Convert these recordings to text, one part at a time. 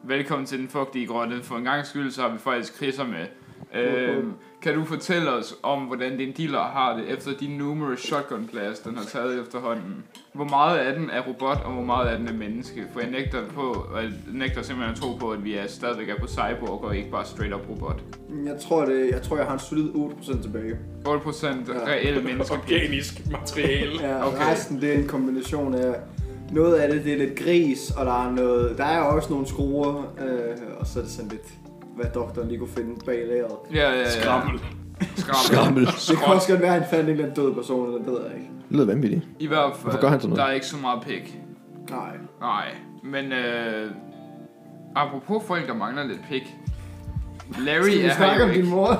Velkommen til den fugtige grotte. For en gang skyld, så har vi faktisk Chris'er med. Kan du fortælle os om, hvordan din dealer har det, efter de numerous shotgun players, den har taget efterhånden? Hvor meget af den er robot, og hvor meget af den er menneske? For jeg nægter simpelthen at tro på, at vi stadigvæk er på cyborg, og ikke bare straight up robot. Jeg tror, jeg har en solid 8% tilbage. 8% reelle mennesker. Organisk materiale. Ja, okay. Resten det er en kombination af... Noget af det er lidt gris, og der er også nogle skruer, og så er det sådan lidt, hvad doktoren lige kunne finde bag lageret. Ja. Skrammel. Det kan også godt være, at han fandt en eller anden død person, eller det ved jeg ikke. Det lyder vanvittigt. I hvert fald, hvorfor gør han sådan noget? Der er ikke så meget pik. Nej, men apropos folk, der mangler lidt pik. Larry er her jo ikke. Din mor?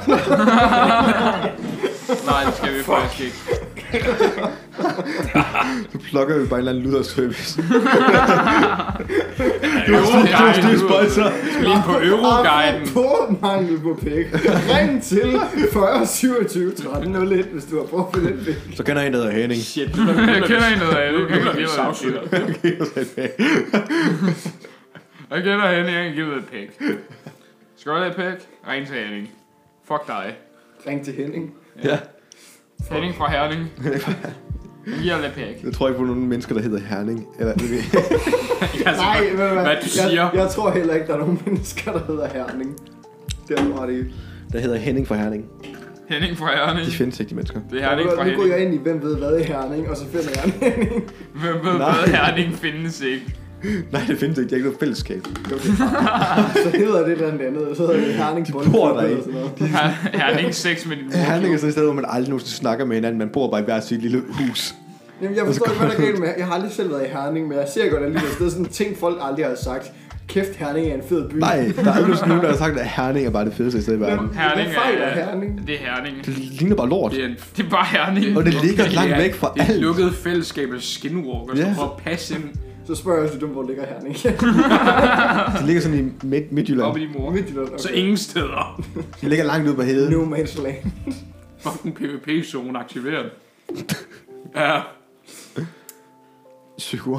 Nej, det skal vi faktisk ikke. Så plukker vi bare en eller anden luderservice. Euroguiden. Skal lige på Euroguiden. På mangel på pik. Ring til 40 27 13 01, hvis du har brug for lidt pik. Så kender jeg en, der hedder Henning. Shit, jeg kender en, der hedder Henning. Jeg kender Henning, jeg giver dig et pik. Skal du have et pik? Ring til Henning. Fuck dig. Ring til Henning? Ja. Henning fra Herning. Giver lidt pæk. Jeg tror ikke på nogen mennesker, der hedder Herning. Eller, nej, hvad du siger. Jeg tror heller ikke, der er nogen mennesker, der hedder Herning. Det er du det. Der hedder Henning fra Herning. Henning fra Herning. De findes ikke, de mennesker. Det er Herning fra Herning. Nu går jeg ind i, hvem ved hvad i Herning, og så finder jeg en Henning. Hvem ved hvad Herning findes ikke. Nej, det findes ikke. Det er ikke noget fællesskab. Så hedder det blandt andet. Så hedder det Herning. De bor der ikke. Herning 6 med din mor. Herning er så et sted, hvor man aldrig nogensinde snakker med hinanden. Man bor bare i hver sit lille hus. Jamen, jeg forstår ikke, hvad der er galt med. Jeg har aldrig selv været i Herning, men jeg ser godt, at det er sådan en ting, folk aldrig har sagt. Kæft, Herning er en fed by. Nej, der er aldrig nogen, der har sagt, at Herning er bare det fedeste sted i verden. Herning er Herning. Det er Herning. Det ligner bare lort. Det er bare Herning. Og det ligger langt væk fra alt. Det er lukket fællesskab af skinwalkers, som prøver at passe ind. Så spørger jeg også, hvor ligger Herning? Det ligger sådan i Midtjylland. Oppe i din mor. Midtjylland, okay. Så ingen steder. Det ligger langt ude på heden. No man's land. Fucking PvP-zone aktiveret. Ja. Psyko.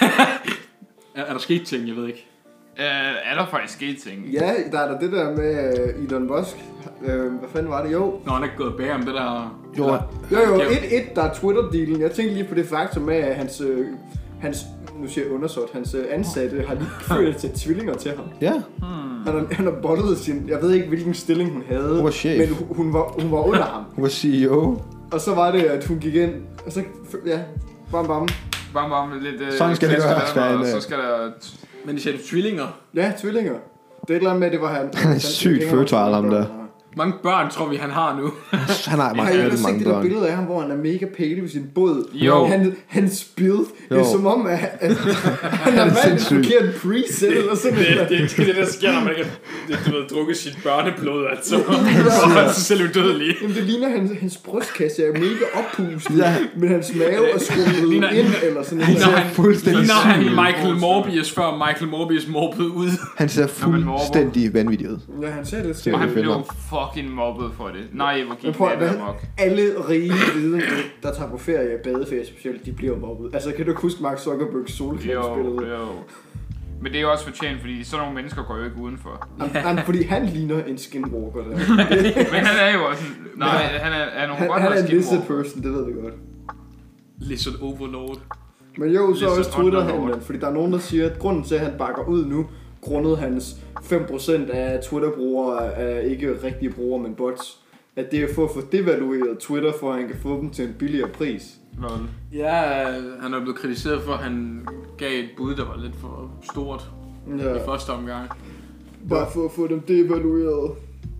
Er der sket ting, jeg ved ikke. Er der faktisk sket ting? Ja, der er det der med Elon Musk. Hvad fanden var det? Jo. Nå, han er gået bag om det der... Jo, der er Twitter-dealen. Jeg tænkte lige på det faktum med, at hans nu siger jeg undersåt, hans ansatte har lige født til tvillinger til ham. Ja. Han har bollet sin, jeg ved ikke hvilken stilling hun havde, hun var chef. men hun var under ham. Hun var CEO. Og så var det, at hun gik ind, og så, ja, bam, lidt... Sådan skal det være, så skal der... Men de sagde tvillinger? Ja, tvillinger. Det er et eller andet med, det var han. Han er sygt fertile, ham der. Mange børn tror vi, han har nu. Han har mange børn. Har I set det der børn. billede af ham, hvor han er mega pale ved sin båd? Jo. Hans build, det er som om, at han har valgt et forkert preset eller sådan noget. Det der sker, når man ikke har drukket sit børneblod, altså. For han selv udødelig. Jamen, det ligner, hans brystkasse er mega oppustet, men hans mave er skruet ind, eller sådan noget. Ligner han Michael Morbius, før Michael Morbius mobbede ud. Han ser fuldstændig vanvittig ud. Ja, han ser det. Og han blev fucking mobbet for det. Nej, hvor gik det amok. Alle rige hvide, der tager på ferie, badeferie specielt, de bliver mobbet. Altså, kan du huske Mark Zuckerbergs solcreme-spillet? Jo. Men det er jo også fortjent, fordi sådan nogle mennesker går jo ikke udenfor. Fordi han ligner en skinwalker der. Men han er jo også en... Nej, han er nogle godt Han er en lizard person, det ved vi godt. Lizard overlord. Men jo, så også Twitter-handlen, fordi der er nogen, der siger, at grunden til, at han bakker ud nu, grundet hans 5% af Twitter-brugere er ikke rigtige brugere, men bots. At det er for at få devalueret Twitter, for at han kan få dem til en billigere pris. Ja, han er blevet kritiseret for, at han gav et bud, der var lidt for stort i første omgang. Bare for at få dem devalueret.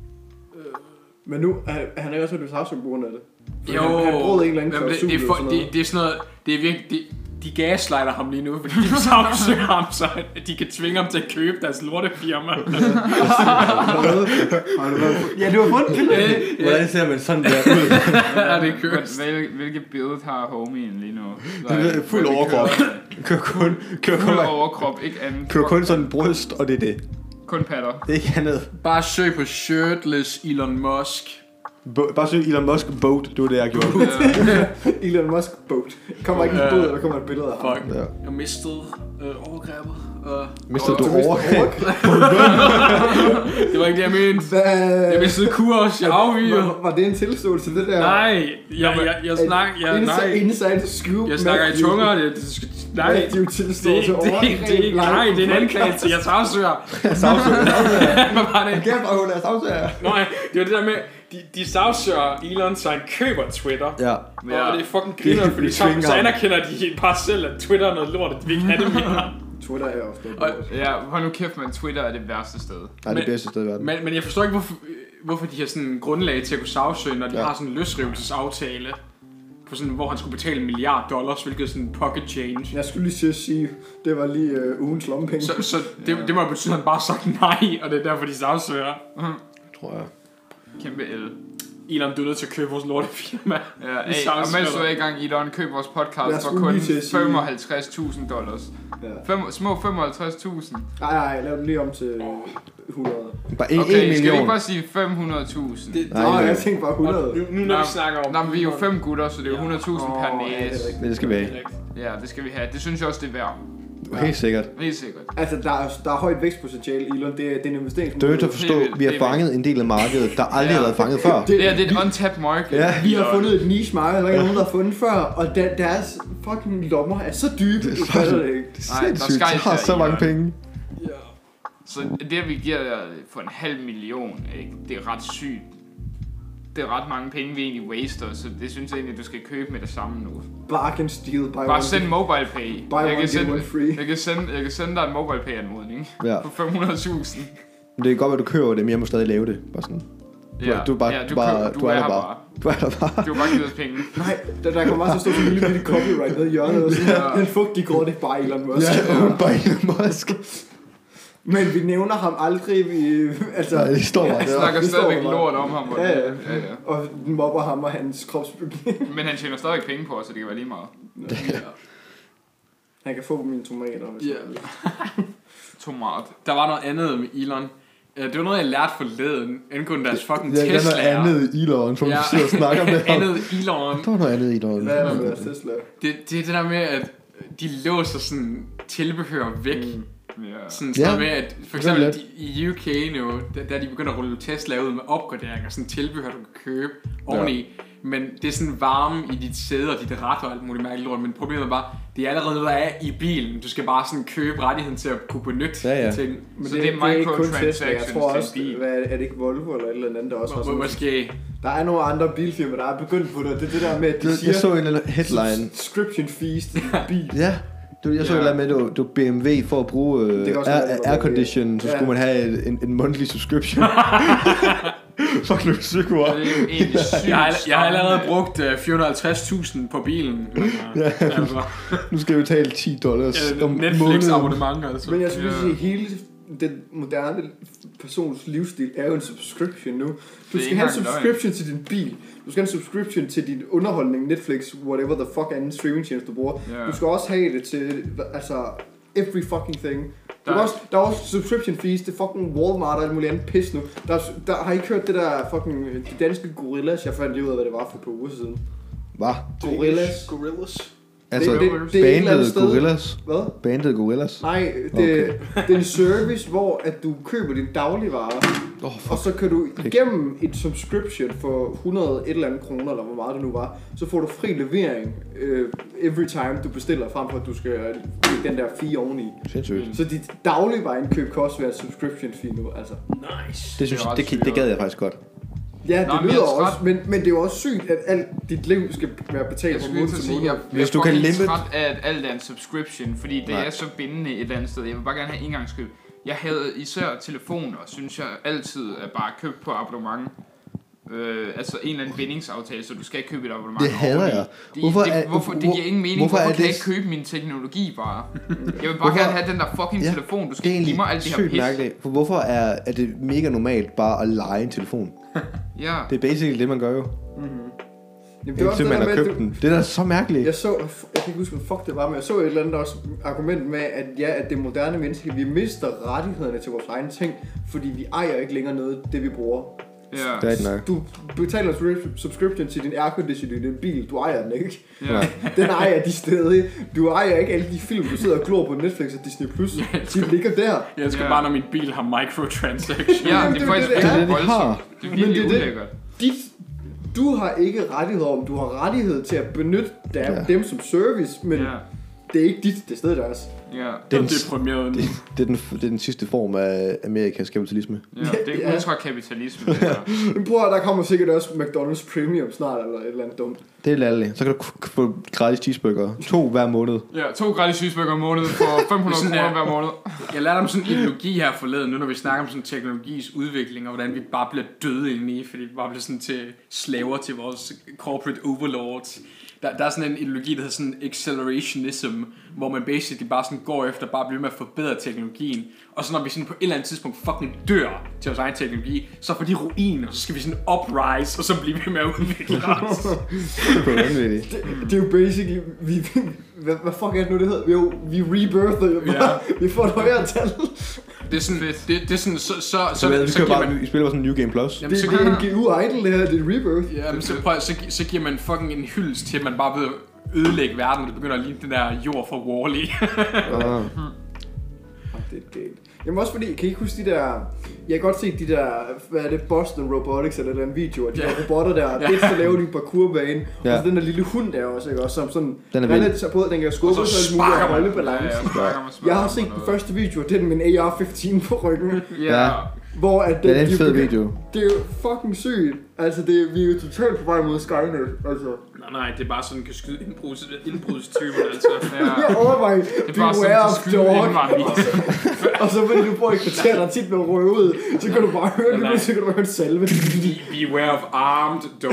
Men nu, han er også blevet sagsøgt på grund af det. Jo, han brød en eller anden klausul. Det er sådan noget, det er virkelig... De gaslighter ham lige nu, fordi de sagsøger ham, så de kan tvinge ham til at købe deres lortefirma. Ja, du har fundet billedet. Hvordan ser man sådan der ud? Ja, det kører. Hvilket billede har homien lige nu? Fuld overkrop. Fuld overkrop, ikke andet. Kører kun sådan en bryst, og det er det. Kun patter. Det er ikke andet. Bare søg på shirtless Elon Musk. Bare søg Elon Musk boat, det var det jeg gjorde. Elon Musk boat. Kommer ikke en båd, der kommer et billede af ham. Fuck, jeg mistede overgrebet. Mistede du ork? Det var ikke det, jeg mente. Jeg mistede kurs, jeg afvigede. Var det en tilståelse, det der? Nej, jeg snakker... Inside scoop. Jeg snakker i tunger, nej, det er jo tilståelse over. Nej, det er en anklagelse, jeg sagsøger. Hvad var det? Hun er sagsøger. Nej, det var det der med, de sagsøger Elon, så han køber Twitter. Ja. Og det er fucking griner, fordi så anerkender de bare selv, at Twitter er noget lort, at vi ikke have det mere. Twitter er også noget. Ja, hold nu kæft, men Twitter er det værste sted. Nej, det bedste sted i verden. Men jeg forstår ikke, hvorfor de har sådan en grundlag til at kunne sagsøge, når de har sådan en løsrivelsesaftale, på sådan, hvor han skulle betale $1 milliard, hvilket er sådan en pocket change. Jeg skulle lige sige, det var lige ugens lommepenge. Så det må betyde, at han bare sagt nej, og det er derfor, de sagsøger. Tror jeg. Kæmpe el. Elon, du er nødt til at købe vores lortefirma. Ja, og mens du er i gang, Elon, køb vores podcast for kun $55,000. Ja. Små 55.000. Nej, lav den lige om til 100. Bare 1 okay, million. skal vi ikke bare sige 500.000? Nej, jeg tænkte bare 100. Nu når vi snakker om... Nej, men vi er jo 5 gutter, så det er jo 100.000 per næse. Men det skal vi have. Ja, det skal vi have. Det synes jeg også, det er værd. Helt sikkert. Helt sikkert. Altså, der er højt vækstpotentiale, Elon. Det er en investering. Dødt at forstå, vi har fanget en del af markedet, der aldrig har været fanget før. Det er et untapped market. Ja. Vi har fundet et niche marked, der ikke er nogen, der har fundet før, og deres fucking lommer er så dybe, du fatter det ikke. Det er sindssygt, de har så mange penge. Så det, vi giver for 500.000, ikke? Det er ret sygt. Det er ret mange penge, vi egentlig waster, så det synes jeg egentlig, du skal købe med det samme nu. Bargain steal. Bare send MobilePay. Jeg kan sende dig en MobilePay-anmodning på 500.000. Men det er godt, at du køber det, men jeg må stadig lave det. Bare sådan. Du er bare der bare. Du er der bare. Du har bare givet os penge. Nej, der kommer bare så stå sådan en lille bitte copyright ned i hjørnet og sådan. Den fugtige grå, det er bare Elon Musk. Ja, bare Elon Musk. Men vi nævner ham aldrig, altså... Nej, det står bare der. Vi snakker stadigvæk lort om ham. Ja. Og mobber ham og hans kropsbygning. Men han tjener stadig penge på os, så det kan være lige meget. Ja. Han kan få mine tomater, hvis Tomat. Der var noget andet med Elon. Det var noget, jeg lærte forleden, angående deres fucking Tesla. Det er noget andet Elon, som vi sidder og snakker med ham. Andet Elon. Der var noget andet Elon. Hvad er der med deres Tesla? Det er det der med, at de låser sådan tilbehør væk. Sådan med, at for eksempel i UK nu, der de begynder at rulle Tesla ud med opgraderinger, sådan tilbehør, du kan købe oveni. Men det er sådan varme i dit sæde og dit ret og alt muligt mærkeligt lort. Men problemet er bare, det er allerede noget, der er i bilen. Du skal bare sådan købe rettigheden til at kunne benytte ting. Men så det er microtransactions. Jeg tror også, er det ikke Volvo eller et eller andet, der også har sådan. Måske. Der er nogle andre bilfirmaer, der er begyndt på det. Det er det der med, at de siger... Jeg så en eller anden headline. Subscription fees til bil. Ja. Jeg så et eller andet med, du BMW for at bruge aircondition, så skulle man have en monthly subscription. Fuck, nu er psyko. Jeg har allerede brugt 450.000 på bilen. Nu skal jeg betale $10 om Netflix abonnement altså. Men jeg skulle sige, hele den moderne persons livsstil er jo en subscription nu. Du skal have en subscription til din bil. Du skal have en subscription til din underholdning, Netflix, whatever the fuck anden streamingtjeneste du bruger. Du skal også have det til, altså, every fucking thing. Der er også subscription fees til fucking Walmart og alt muligt andet pis nu. Der har I ikke hørt det der fucking de danske gorillas? Jeg fandt lige ud af, hvad det var for på uger siden. Hvad? Gorillas. Altså, bandet Gorillas? Hvad? Bandet Gorillas? Nej, det er en service, hvor at du køber din dagligvarer, og så kan du igennem et subscription for 100 et eller andet kroner, eller hvor meget det nu var, så får du fri levering every time du bestiller, frem for at du skal den der fee oveni. Sindssygt. Så dit dagligvareindkøb kan også være subscription fee nu, altså. Nice. Det gad jeg faktisk godt. Ja, det lyder også, men det er jo også sygt, at alt dit liv skal være betalt på måned til måned. Hvis du kan limit... træt af, at alt er en subscription, fordi det er så bindende et eller andet sted. Jeg vil bare gerne have engangskøb. Jeg havde især telefoner, synes jeg altid er bare købt på abonnement. Altså en eller anden bindingsaftale, så du skal købe et abonnement. Det hader jeg. Det giver ingen mening. Hvorfor kan jeg ikke købe min teknologi bare? Jeg vil bare gerne have den der fucking telefon. Du skal give mig alt det her pis. Mærkeligt. For hvorfor er det mega normalt bare at leje en telefon? Ja. Det er basically det, man gør jo. Jamen, det er også man har købt den. Det er da så mærkeligt. Jeg kan ikke huske, hvad fuck det var, men jeg så et eller andet også argument med, at det moderne menneske, vi mister rettighederne til vores egne ting, fordi vi ejer ikke længere noget, det vi bruger. Ja. Det er nok. Du betaler subscription til din aircondition i din bil. Du ejer den ikke. Ja. Den ejer de steder. Du ejer ikke alle de film, du sidder og glor på Netflix og Disney+. De ligger der. Jeg skal bare, når min bil har microtransactions. Ja, det er faktisk voldsomt. Det er virkelig ulækkert. Du har ikke rettighed om, du har rettighed til at benytte dem som service, men det er ikke dit, det er stedet deres. Ja. Det er den sidste form af Amerikas kapitalisme. Ja, det er ultrakapitalisme. Bror, der kommer sikkert også McDonald's Premium snart, eller et eller andet dumt. Det er lalligt. Så kan du få gratis cheeseburger. 2 hver måned. Ja, 2 gratis cheeseburger om måneden for 500 kroner hver måned. Jeg lærte om sådan en ideologi her forleden, nu når vi snakker om sådan teknologis udvikling, og hvordan vi bare bliver døde indeni, fordi vi bare bliver sådan til slaver til vores corporate overlords. Der er sådan en ideologi, der hedder sådan accelerationism, hvor man basically bare sådan går efter bare at blive med at forbedre teknologien. Og så når vi sådan på et eller andet tidspunkt fucking dør til vores egen teknologi, så får de ruiner, så skal vi sådan uprise, og så blive ved med at udvikle os. Det er jo basically, hvad fuck er det nu det hedder? Jo, vi rebirther jo bare, vi får et højere tal. Det er sådan, det er sådan, I spiller bare sådan New Game Plus. Jamen, det er NGU idle det her, det er rebirth. Jamen, så giver man fucking en hyldest til, at man bare ved at ødelægge verden, og det begynder at ligne den der jord fra Wall-E. Det. Jamen også fordi, kan I ikke huske de der, jeg kan godt se de der, hvad er det, Boston Robotics eller den video, og de der robotter der, det så laver de en parkourbane, og så den der lille hund der også, ikke? Også som sådan, den kan skubbe så muligt og holde balance. Jeg har set den første video, det er med en AR-15 på ryggen. Ja. Hvor at det er en fed video. Det er jo fucking sygt. Altså vi er jo totalt på vej mod Skynet. Altså. Nej, det er bare sådan, kan skyde indbrudstyper, altså. Jeg overvejer, det er bare sådan, at skyde indvandring. Og så vil du få et kvarter, der tit bliver røvet ud. Så kan du bare høre det, så kan du høre en salve. Beware of armed dog.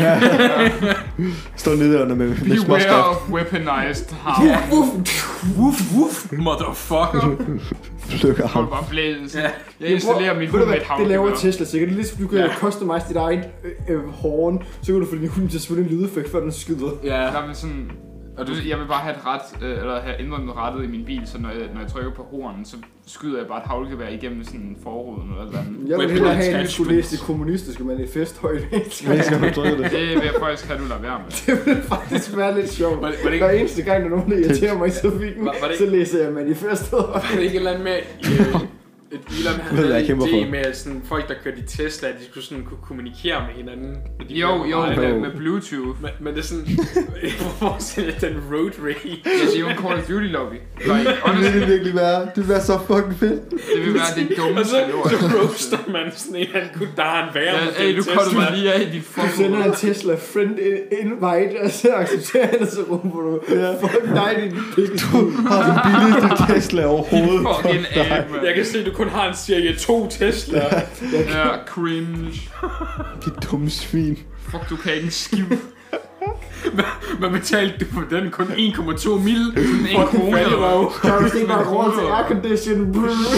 Stå nede under med beware of weaponized harm. Woof, motherfucker. Flykker ham. Bare blæden. Jeg installerer min hund med et havn. Det laver Tesla sikkert. Det er ligesom, du kan customize dit eget horn, så kan du få din hund til at spille en lydeffekt, før den skyder. Ja, der er sådan... Jeg vil bare have et ret, eller have ændret rettet i min bil, så når jeg trykker på hornen, så skyder jeg bare et havlgevær igennem sådan en forruden eller andet. Jeg vil hellere have, at du skulle læse det kommunistiske manifest højt. Det vil jeg faktisk have, du lader være med. Det vil faktisk være lidt sjovt. Hver eneste gang, der er nogen, der irriterer mig i trafikken, så læser jeg manifestet højt. Var det ikke et eller andet med... Elon havde en idé med sådan, folk, der kørte i Tesla, at de skulle sådan kunne kommunikere med hinanden. Med Bluetooth. Men det er sådan, hvor er den road rage? Jeg siger jo en Call of Duty lobby. Det vil virkelig være, det vil være så fucking fedt. Det vil være det dummeste lort. Så roaster man sådan en anden gut, der har en værre med den Tesla. Du kommer lige af i dit fucking... Du sender en Tesla friend invite, og så accepterer han, og så råber du, fuck dig, din pik. Du har den billigste Tesla overhovedet. Fucking ape, man. Jeg kan se, du kun har en serie 2 Tesla. Ja, cringe. De dumme svin. Fuck, du kan ikke en skiv. Hvad betalte du for den? Kun 1,2 mil? Sådan 1 krone eller hvad? Så hvis det ikke bare råd til aircondition.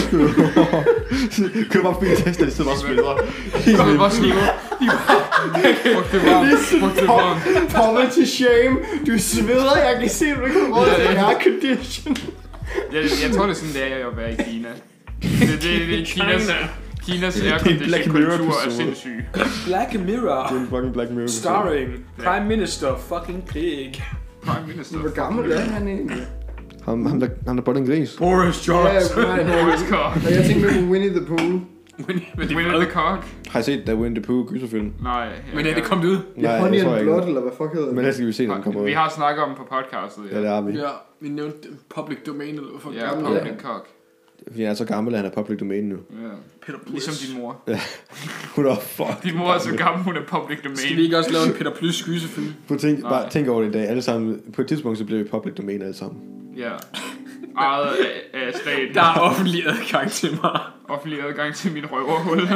Køb bare bil Tesla, det sidder bare smadret. Det var sniver. Fuck, det var. Poverty shame. Du sveder, jeg kan se, du ikke har råd til aircondition. Jeg tror, det er sådan, det er at være i Kina. Det er Kinas aircondition-kultur er sindssyg. Black Mirror. Det er en fucking Black Mirror. Starring Prime Minister fucking pig. Prime Minister. Hvor gammel er han egentlig? Han der bollede en gris. Boris Johnson. Boris Cock. Og jeg tænkte med Winnie the Pooh. Winnie the Cock. Har I set der Winnie the Pooh gyserfilm? Nej. Men er det kommet ud? Nej, Honey and Blood, eller hvad fuck hedder det? Men lad os lige se, når den kommer ud. Vi har snakket om på podcastet. Ja, det har vi. Ja, vi nævnte public domain, eller hvad fuck. Ja, public cock. Fordi han er så gammel, at han er public domain nu. Ja. Ligesom din mor. Ja. Hun er fuck. Din mor er så gammel, hun er public domain. Skal vi ikke også lave en Peter Plys skysefilm? Bare tænk over det i dag. Alle sammen, på et tidspunkt, så bliver vi public domain alle sammen. Ja. Ejet af staten. Der er offentlig adgang til mig. Offentlig adgang til mit røverhul.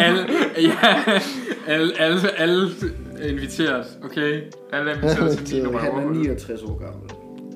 Alle er inviteret, okay? Alle er inviteret til min røverhul. Han er 69 år gammel.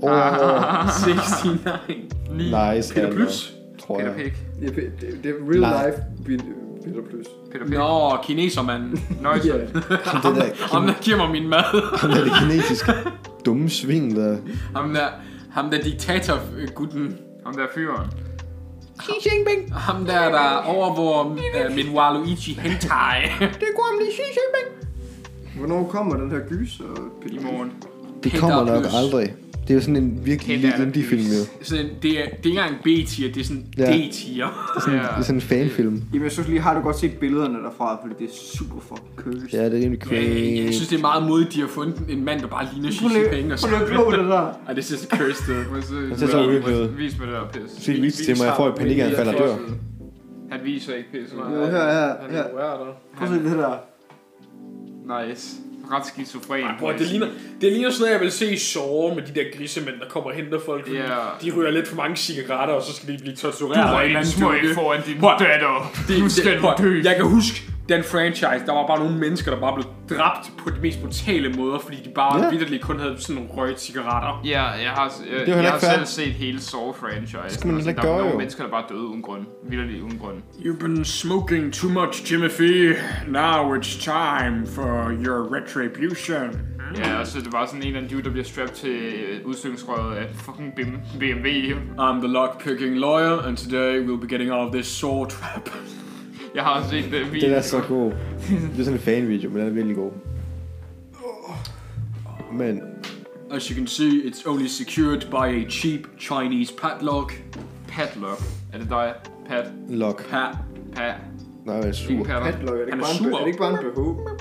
69. Nice. Peter Plys. Tror jeg. Det er real life Peter Plys. Nå, kinesermanden. Nøjsøj. Ham der giver mig min mad. Ham der det kinesiske dumme svin der. Ham der diktatorgutten. Ham der fyren. Xi Jinping. Ham der overvåger min Waluigi hentai. Det går om lige Xi Jinping. Hvornår kommer den her gyser? I morgen. Det kommer nok aldrig. Det er jo sådan en virkelig lille indie-film, jo. Det er ikke engang B-tier, det er sådan D-tier. Det er sådan en fanfilm. Jamen, jeg synes lige, har du godt set billederne derfra, fordi det er super fucking køs. Ja, det er rimelig crazy. Jeg synes, det er meget modigt, de har fundet en mand, der bare ligner Xi Jinping. Og så det der. Ej, det er så cursed. Det ser så virkelig. Vis mig det der pis. Så vis det til mig, jeg får et panikanfald og dør. Han viser ikke pis. Her. Prøv at se det der. Nice. Ret skizofren. Det ligner sådan noget, jeg vil se i Saw med de der grisemænd, der kommer og henter folk. De ryger lidt for mange cigaretter, og så skal de blive tortureret. Du er en smøg foran din datter. Du skal dø. Jeg kan huske den franchise, der var bare nogle mennesker, der bare blev dræbt på de mest brutale måder, fordi de bare vitterligt kun havde sådan nogle røget cigaretter. Ja, jeg har selv set hele Saw-franchise. Der var nogle mennesker, der bare døde uden grund. Vitterligt uden grund. You've been smoking too much, Timothy. Now it's time for your retribution. Ja, og så det var sådan en eller anden dude, der bliver strapped til udstykningsrøret af fucking BMW. I'm the lockpicking lawyer, and today we'll be getting out of this saw trap. Jeg har også set den video. Den er så god. Det er sådan en fan-video, men den er virkelig god. Men... As you can see, it's only secured by a cheap Chinese padlock. Padlock? Er det dig? Lock. Nej, jeg er sur. Padlock, er det ikke bare en BH?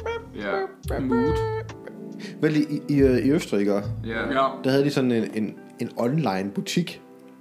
Ja. Mood. Vel, i Østrig, der havde de sådan en online butik.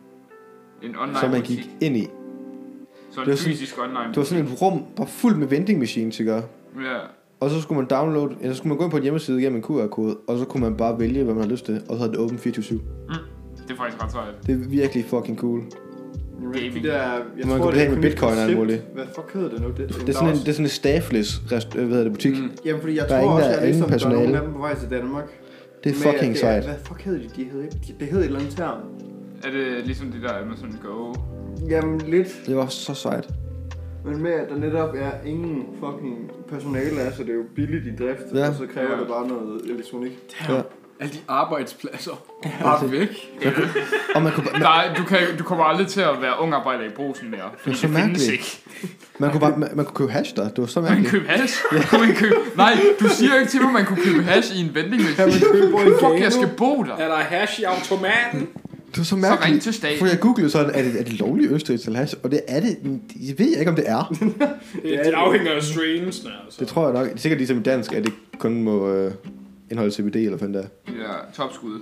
En online som man butik? gik ind i. Så en fysisk online butik? Det var sådan et rum, bare fuld med vending machines, ikke? Ja. Og så skulle man downloade, eller så skulle man gå ind på en hjemmeside gennem en QR-kode, og så kunne man bare vælge, hvad man har lyst til, og så havde det åbent 24/7. Det er faktisk ret sejt. Det er virkelig fucking cool. Gaming. Man kan betale med bitcoin og alt muligt. Hvad fuck hedder det nu? Det er sådan en staffless butik. Jamen fordi jeg der tror også, at ligesom, der er nogle af dem på vej til Danmark. Det er fucking sejt. Hvad fuck hedder de? Det hedder et eller andet term. Er det ligesom det der Amazon Go? Jamen lidt. Det var så sejt. Men med at der netop er ingen fucking personale af, så det er jo billigt i drift, og så kræver det bare noget elektronik. Ja. Alle de arbejdspladser bare væk. Og man kunne, du kommer aldrig til at være ung arbejder i Brugsen mere. Det er så mærkeligt. Man kunne købe hash der. Det var så mærkeligt. Man kunne købe hash? Nej, du siger ikke til mig, man kunne købe hash i en vending machine. Fuck, jeg skal bo der. Er der hash i automaten? Det var så mærkeligt. Så ring til staten. For jeg googlede sådan, er det lovligt Østrig til hash? Og det er det. Jeg ved ikke, om det er. Det afhænger af strains. Altså. Det tror jeg nok. Det er sikkert ligesom i dansk, at det kun må indeholde CBD eller hvad det er. Ja, topskud.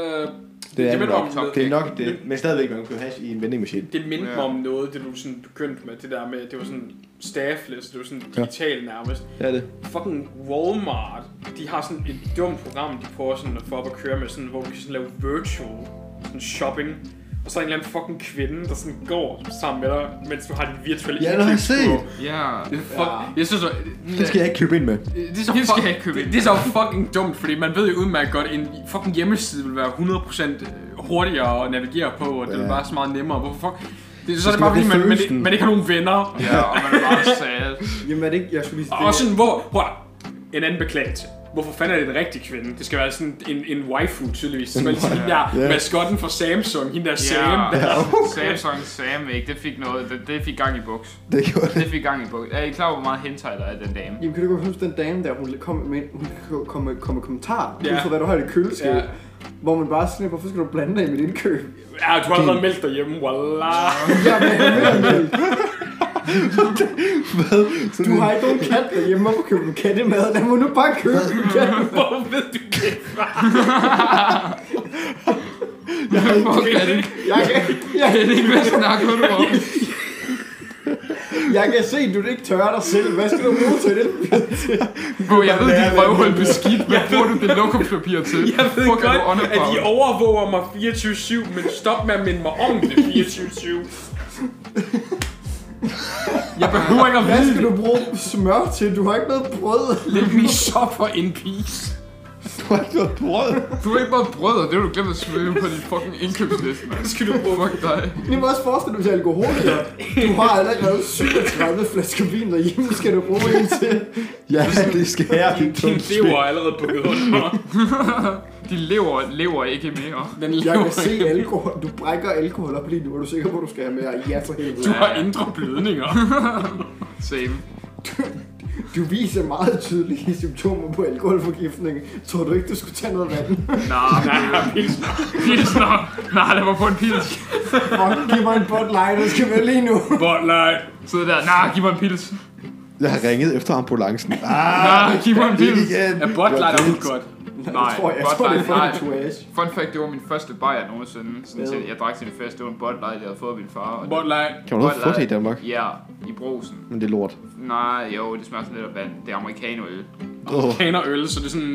Det er nok det. Men stadigvæk, man kan købe hash i en vending machine. Det mindte mig om noget, det du sådan begyndte med. Det der med, det var sådan staffless. Det var sådan digital nærmest. Det er det. Fucking Walmart. De har sådan et dumt program, de prøver sådan at få op at køre med, sådan, hvor du kan sådan lave virtual sådan shopping. Og så er en eller anden fucking kvinde, der sådan går sammen med dig, mens du har dit virtuelle indkøb. Ja, det har jeg set. Ja. Jeg synes, det skal jeg ikke købe ind med. Det er så fucking dumt, fordi man ved jo udmærket godt, en fucking hjemmeside vil være 100% hurtigere at navigere på, og det vil være så meget nemmere. Hvorfor fuck? Så er det bare fordi, man ikke har nogen venner. Ja, og man er bare sad. Jamen er det ikke, jeg skulle lige... Og sådan, en anden beklagelse. Hvorfor fanden er det en rigtig kvinde? Det skal være sådan en waifu tydeligvis. Det skal være ligesom der maskotten for Samsung, hende der Sam. Samsung Sam, ikke? Det fik noget, det fik gang i buks. Det gjorde det. Det fik gang i buks. Er I klar over, hvor meget hentai der er den dame? Jamen kan du godt huske den dame der, hun kom med kommentarer ud fra hvad du har i køleskab. Ja. Hvor man bare sådan, hvorfor skal du blande dig i mit indkøb? Ja, du har allerede mælk derhjemme, wallah. Ja, men mælk. Du har ikke nogen kat derhjemme, hvorfor køber du kattemad? Lad mig nu bare købe en kattemad. Hvor ved du det fra? Jeg kan ikke være snakke med du om. Jeg kan se, at du ikke tørrer dig selv. Hvad skal du bruge til det? Bro, jeg ved, dit røvhul beskidt. Hvad bruger du det lokumspapir til? Jeg ved godt, at de overvåger mig 24/7, men stop med at minde mig om det 24/7. Jeg behøver ikke at vide. Hvad skal du bruge smør til? Du har ikke noget brød. Let me suffer in peace. Du har ikke noget brød. Du har ikke noget brød, og det har du glemt at skrive på din fucking indkøbsliste, man. Skal du bruge Fuck dig. Ni må også forestille dig til alkoholiker. Du har allerede 37 flasker vin derhjemme, skal du bruge en til. Ja, det skal jeg. Din lever er allerede bukket under. De lever ikke mere. Jeg kan se alkohol. Du brækker alkohol op lige nu, er du sikker på, at du skal have mere? Ja, for helvede. Du har indre blødninger. Same. Du viser meget tydelige symptomer på alkoholforgiftning. Tror du ikke, du skulle tage noget vand? Nej, pilsner. Nej, det var på en pils. Fuck, giv mig en Bud Light, du skal vel lige nu. Bud Light. Sidde der. Nej, giv mig en pils. Jeg har ringet efter ambulancen. Nej, giv mig en pils. Ja, Bud Light er helt godt. Nej, jeg tror det er for en tuage. Fun fact, det var min første bajer nogensinde. Sådan, jeg drak til det fest. Det var en Bud Light, jeg havde fået af min far. Bud Light. Kan man få det i Danmark? Ja, i Brugsen. Men det er lort. Nej, jo, det smager sådan lidt af vand. Det er amerikanerøl. Amerikanerøl, så det er sådan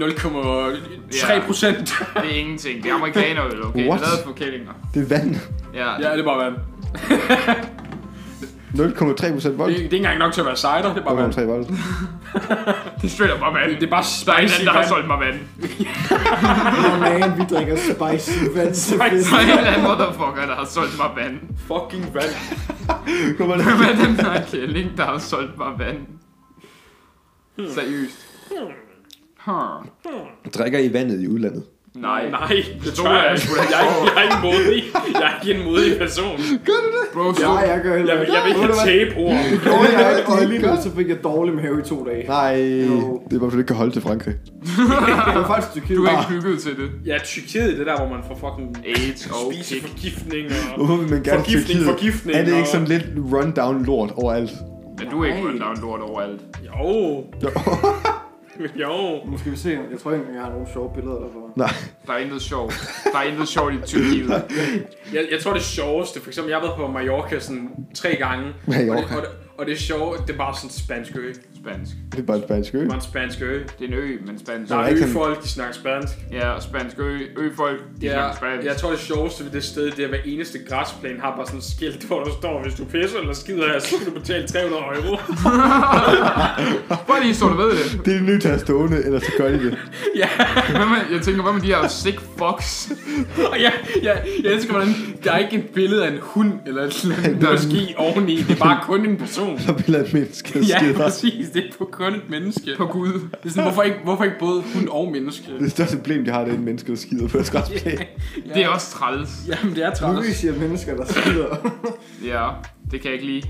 0,3%. Det er ingenting. Det er amerikanerøl, okay? What? Det er lavet for kællinger. Det er vand. Ja, Ja, det er bare vand. 0,3% volt. Det er ikke engang nok til at være cider, det er bare vand. 0,3 volt. det er straight up bare vand. Det er bare Der er en spicy anden, der har vand. solgt mig vand. Man, vi drikker spicy vand til fest. Der er en eller anden motherfucker, der har solgt mig vand. Fucking vand. Kommer Hvem er den der kælling, der har solgt mig vand? Seriøst. Drikker I vandet i udlandet? Nej. Det tror jeg ikke. Jeg er ikke modig. Jeg er ikke en modig person. Gør du det? Bro, Ja, jeg gør heller Jeg ikke. vil ikke have tape-ord. Og lige nu, så fik jeg dårlig mave i 2 dage. Nej, Jo. det er bare, du ikke kan holde til Frankrig. Det var faktisk Tyrkiet. du er ikke bygget til det. Ja, Tyrkiet, det der, hvor man får fucking AIDS og spiseforgiftning og Hvorfor vil man gerne forgiftning. Er det ikke sådan lidt rundown lort overalt? Men du er ikke rundt down lort overalt. Jo. Jo. Nu skal vi se. Jeg tror ikke, jeg har nogle sjove billeder derfra. Nej. Der er intet sjovt. Der er intet sjovt i Tyrkiet. Jeg tror det sjoveste, for eksempel jeg har været på Mallorca sådan 3 gange. Mallorca. Og det er sjovt, det er bare sådan en spansk ø. Spansk. Det er bare en spansk ø. Det er bare en spansk ø. Det er en ø, men spansk. Der er ikke øfolk, de snakker spansk. Ja, og spansk ø. Øfolk, de snakker spansk. Jeg tror det sjoveste ved det sted, det er at hver eneste græsplæne har bare sådan et skilt, hvor der står, hvis du pisser eller skider her, så skal du betale 300 euro. Bare lige så du ved det. Det er nødt til at stående, ellers så gør de det. Ja. Jeg tænker, hvad med de her sick fucks? Og jeg elsker, hvordan der er ikke et billede af en hund eller et eller andet, der er ski oveni. Det er bare kun en person. Så vil et menneske Ja, skider. præcis. Det er på kun et menneske. På Gud. Det er sådan, hvorfor ikke både hund og menneske? Det største problem, de har, det er en menneske, der skider på et græsplæne. Det er også træls. Jamen, det er Nu træls. vi siger mennesker, der skider. Ja, det kan jeg ikke lide.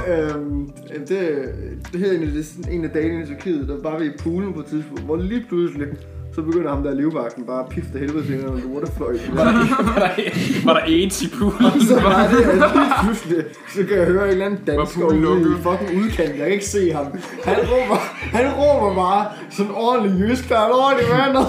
Det her en af dagene i Tyrkiet, der var vi i poolen på et tidspunkt, hvor lige pludselig, så begynder ham der livvagten bare at pifte helvede til en lortefløjt. Var der AIDS i poolen? Så var det, at lige pludselig, så kan jeg høre en eller anden dansker poolen ude i lukket? fucking udkant. Jeg kan ikke se ham. Han råber bare sådan ordentlig jysk, der er lort i vandet.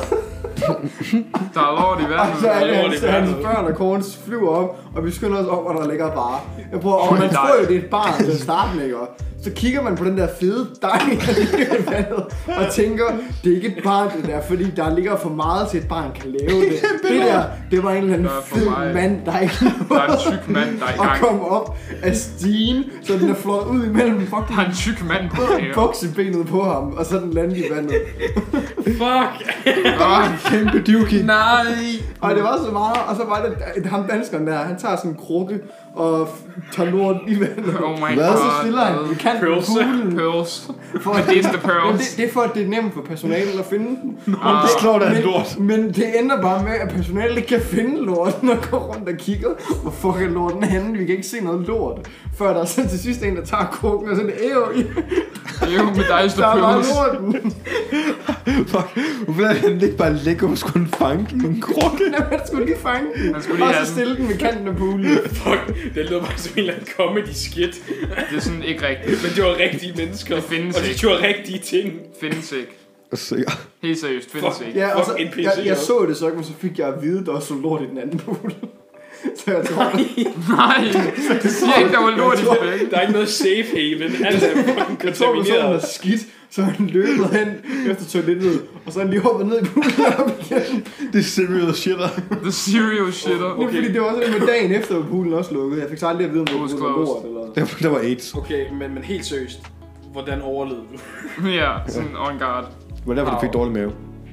Der er lort i Og verden. så er lort i det, hans vandet. børn og kone flyver op, og vi skynder os op, og der ligger bare. Jeg prøver, og man tror jo, det er et barn til at starte med, ikke? Så kigger man på den der fede dej, der ligger i vandet, og tænker, det er ikke et barn det der, fordi der ligger for meget til, et barn kan lave det. Det der, det var en eller anden Der er for fed meget. mand, der ikke Der er en tyk mand, der er i og gang. kom op af stigen, så den er flået ud imellem Der fucking er en tyk mand på det her. buksebenet på ham, og så den landet i vandet. Fuck. Kæmpe duvki. Nej. Og det var så meget, og så var det ham danskeren der, han tager sådan en krukke og tager lort i vandet. Oh my Hvad? Og så god. stiller han i kanten af Pølse. poolen. Pearls. For at Det er the pearls. det er for, at det er nemt for personalet at finde den. Det slår da en lort. Men det ender bare med, at personalet ikke kan finde lorten og går rundt og kigger. Hvor fuck er lorten henne? Vi kan ikke se noget lort. Før der er så til sidst en, der tager krukken og sådan, Jo, med dig, der er bare pearls. lorten. Fuck. Hvorfor lader han ikke bare ligge og skulle fange en krukke? Jamen, han skulle lige fange den. Han skulle lige Og have så den. stille den ved kanten af poolen. Fuck. Det lyder bare som en eller anden comedy skit. Det er sådan ikke rigtigt. Men det var rigtige mennesker. Det findes og de ikke. gjorde rigtige ting. Findes ikke. Sikkert. Helt seriøst, findes Fuck. ikke. Ja, og så, Fuck NPC jeg også. så det så, men så fik jeg at vide, der også så lort i den anden pool. Så jeg tror, Nej, det siger ikke, der var lort i det. Der er ikke noget safe haven. Alt er fucking jeg tror, man så han er kontamineret. skidt, så han løbet hen efter toilettet, og så er han lige hoppet ned i poolen og op igen. Det er serious shitter. The serial shitter. Okay. Fordi det var også det med dagen efter, at poolen også lukkede. Jeg fik så aldrig at vide, om det var Pools poolen closed. lort, eller... Der var AIDS. Okay, men helt seriøst. Hvordan overlevede du? Ja, sådan on guard. Det var derfor, du fik dårlig mave.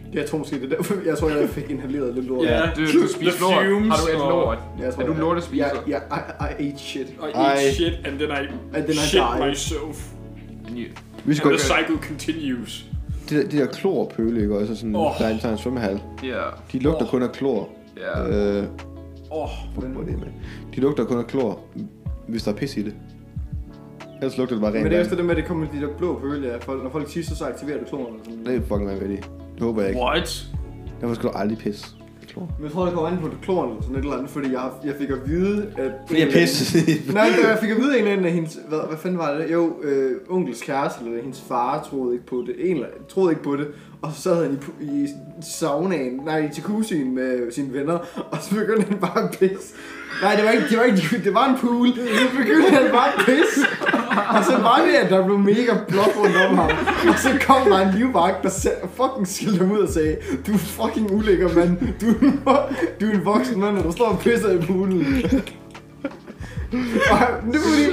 Jeg tror måske, det er derfor. Jeg tror, jeg fik inhaleret lidt lort. Ja, du spiser lort. Har du et lort? Er du lortespiser? Ja, I ate shit. I ate shit, and then I shit myself. Vi skal and the cycle continues. De der klorpøle, ikke også? Sådan, der er en svømmehal. De lugter kun af klor. De lugter kun af klor, hvis der er pis i det. Ellers lugter det bare rent. Men det er efter det med, at det kommer de der blå pøle, når folk tisser, så aktiverer det kloren. Det er fucking vanvittigt. Det håber jeg ikke. What? Derfor skal du aldrig pisse. Men jeg tror, jeg kommer an på det kloren eller sådan et eller andet, fordi jeg fik at vide, at... Fordi jeg pissede. Nej, jeg fik at vide, en af hendes... Hvad fanden var det? Jo, onkels kæreste, eller hendes far, troede ikke på det. Troede ikke på det. Og så sad han i saunaen, i jacuzzien med sine venner, og så begyndte han bare at pisse. Nej, det var ikke, det var en pool. Så begyndte han bare at pisse. Og så var det, at der blev mega blot rundt om ham. Og så kom der en livvagt, der fucking skilte ham ud og sagde, du er fucking ulækker, mand. Du er en voksen mand, og du står og pisser i poolen. Og det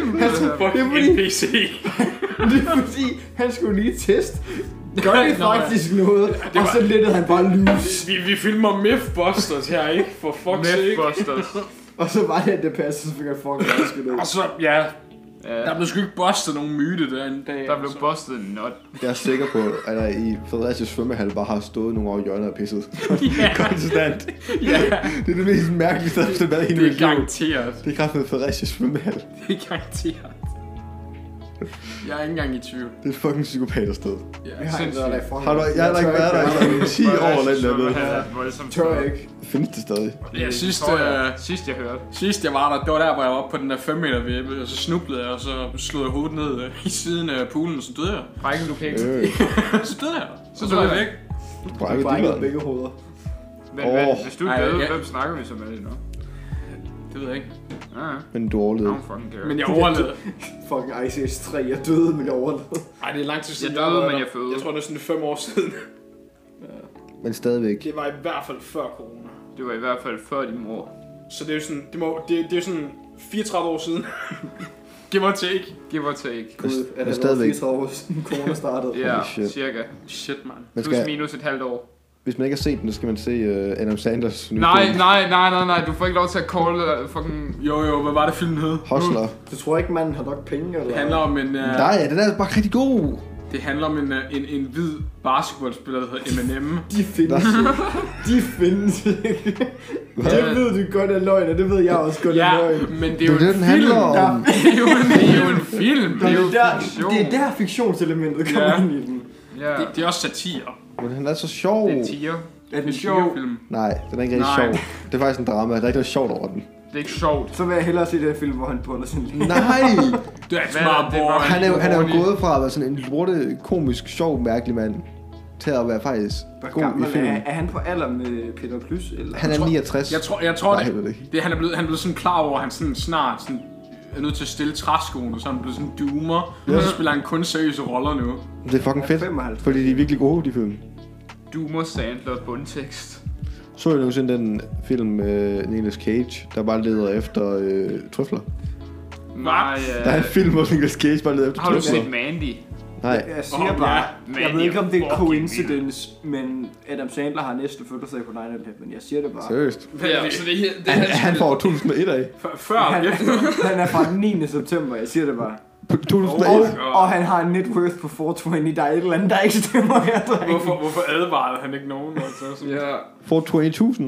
er fordi, han skulle lige teste. Gør det faktisk noget, og så lettede han bare lys. Vi filmer Mythbusters her, ikke? For fuck's sake. Mythbusters. Og så var det, at det passede, så fik jeg fucking vasket ud. Og så, der blev sgu ikke bustet nogen myte der en dag. Der blev bustet en not. Jeg er sikker på, at der i Fredericia svømmehal bare har stået nogle over hjørnet og pisset. Konstant. Det er det mest mærkelige sted, der har været i. Det er garanteret. Det er kraftigt Fredericia svømmehal. Det er garanteret. Jeg er ikke engang i tvivl. Det er et fucking psykopatersted. Jeg har ikke været der i forhånd. Jeg har ikke været der i 10 år eller noget. Tør jeg ikke. Findes det stadig? Sidst jeg hørte. Sidst jeg var der, det var der, hvor jeg var oppe på den der 5 meter vippe, og så snublede jeg, og så slog jeg hovedet ned i siden af poolen, og så døde jeg. Brækken du pæk. Så døde jeg. Så døde jeg væk. Brækket begge hoveder. Men hvis du døde, hvem snakker vi så med lige nu? Det ved jeg ikke. Men du overlevede. Men jeg overlevede. Fucking Ice Age 3, jeg døde, men jeg overlevede. Ej, det er lang tid siden. Jeg døde, men jeg fødede. Jeg tror, det er sådan 5 år siden. Men stadigvæk. Det var i hvert fald før corona. Det var i hvert fald før din mor. Så det er jo sådan, det er jo sådan 34 år siden. Give or take. Give or take. Gud, er det stadigvæk 34 år siden corona startede? Ja, cirka. Shit, man. Plus minus et halvt år. Hvis man ikke har set den, så skal man se Adam Sanders nye film. Nej, du får ikke lov til at call fucking... Jo, hvad var det filmen hed? Hustler. Du tror ikke, manden har nok penge, eller? Det handler om en... Nej, den er bare rigtig god. Det handler om en hvid basketballspiller, der hedder Eminem. De findes ikke. Det ved du godt er løgn, og det ved jeg også godt er løgn. Men det er jo en film. Det er jo en film. Det er der fiktionselementet kommer ind i den. Det er også satire. Men den er så sjov. Det er tiger. Er den sjov? Film? Nej, den er ikke rigtig sjov. Det er faktisk en drama. Der er ikke noget sjovt over den. Det er ikke sjovt. Så vil jeg hellere se den film, hvor han bunder sin liv. Nej! Det er smart boy. Han er jo gået fra at være sådan en lorte, komisk, sjov, mærkelig mand til at være faktisk god i filmen. Er han på alder med Peter Plys? Eller? Han er 69. Jeg tror det. Han er blevet sådan klar over, at han sådan snart sådan er nødt til at stille træskoene, så han er blevet sådan doomer. Og så spiller han kun seriøse roller nu. Det er fucking fedt, fordi de er virkelig gode, de film. Doomer, Sandler, bundtekst. Så jeg nogensinde den film med Nicolas Cage, der bare leder efter trøfler? Nej, der er en film, hvor Nicolas Cage bare leder efter trøfler. Har du set Mandy? Nej. Jeg siger bare, jeg ved ikke om det er coincidence, men Adam Sandler har næste fødselsdag på 9/11. Jeg siger det bare. Seriøst? Ja, så det han får 2001 af. Før han er fra 9. september, jeg siger det bare. 2001? Og han har en net worth på 420, der er et eller andet, der ikke stemmer her. Hvorfor advarede han ikke nogen? Altså, ja. 420.000?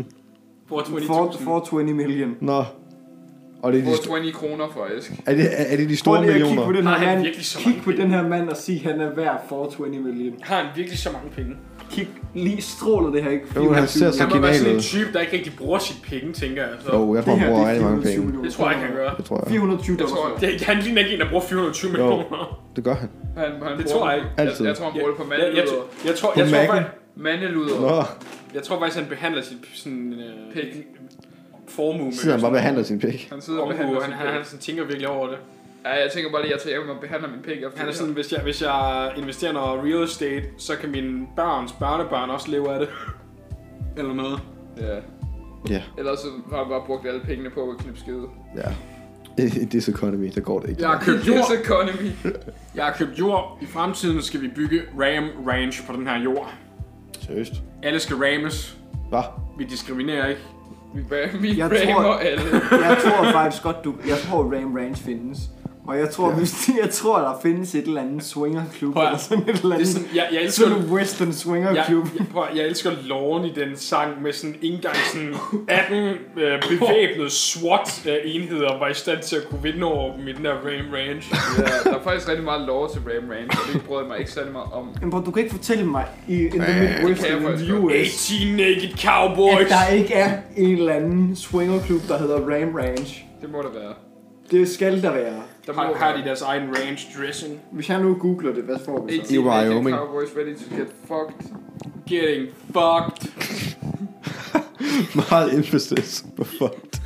420 million. Nå. Og det er 420 kroner faktisk. Er det de store millioner? Kig på den her mand og sig, han er værd 420 million. Har han virkelig så mange penge? Kig, lige stråler det her ikke? Jo, han ser så han må være sådan en type, der ikke rigtig bruger sit penge, tænker jeg. Så. Jo, jeg tror, han bruger rigtig mange penge. Det tror jeg ikke, han gør. Det tror jeg. $420. Han ligner ikke en, der bruger 420 millioner. Det gør han. Det tror jeg ikke. Altid. Jeg tror, han bruger det på mandeluder. Jeg tror mandeluder. Jeg tror faktisk, han behandler sit sådan pik. Formue. Sidder han bare behandler sin pik? Han sidder og behandler sin pik. Han tænker virkelig over det. Ja, jeg tænker bare lige, at jeg behandler min pik. Han er sådan, hvis jeg investerer noget real estate, så kan mine børnebørn også leve af det. Eller noget. Ja. Ellers så har jeg bare brugt alle pengene på at knippe skide. Ja. I this economy, der går det ikke. Jeg har købt jord. Jeg har købt jord. I fremtiden skal vi bygge Ram Ranch på den her jord. Seriøst? Alle skal rammes. Hvad? Vi diskriminerer ikke. Vi rammer alle. Jeg tror faktisk godt, jeg tror Ram Ranch findes. Og jeg tror, der findes et eller andet swingerklub, eller sådan et eller andet. Sådan, jeg elsker sådan en western swingerklub. Jeg elsker loven i den sang med sådan ikke engang sådan 18 bevæbnede SWAT-enheder var i stand til at kunne vinde over dem i den der Ram Ranch. Ja, der er faktisk rigtig meget lov til Ram Ranch, og det brød jeg mig ikke særlig meget om. Men bro, du kan ikke fortælle mig in the Midwest in the US 18 naked cowboys, at der ikke er en eller anden swingerklub, der hedder Ram Ranch. Det må der være. Det skal der være. Har de deres egen ranch dressing? Hvis jeg nu googler det, hvad får vi så? I Wyoming. Cowboys ready to get fucked. Getting fucked. Meget emphasis på fucked.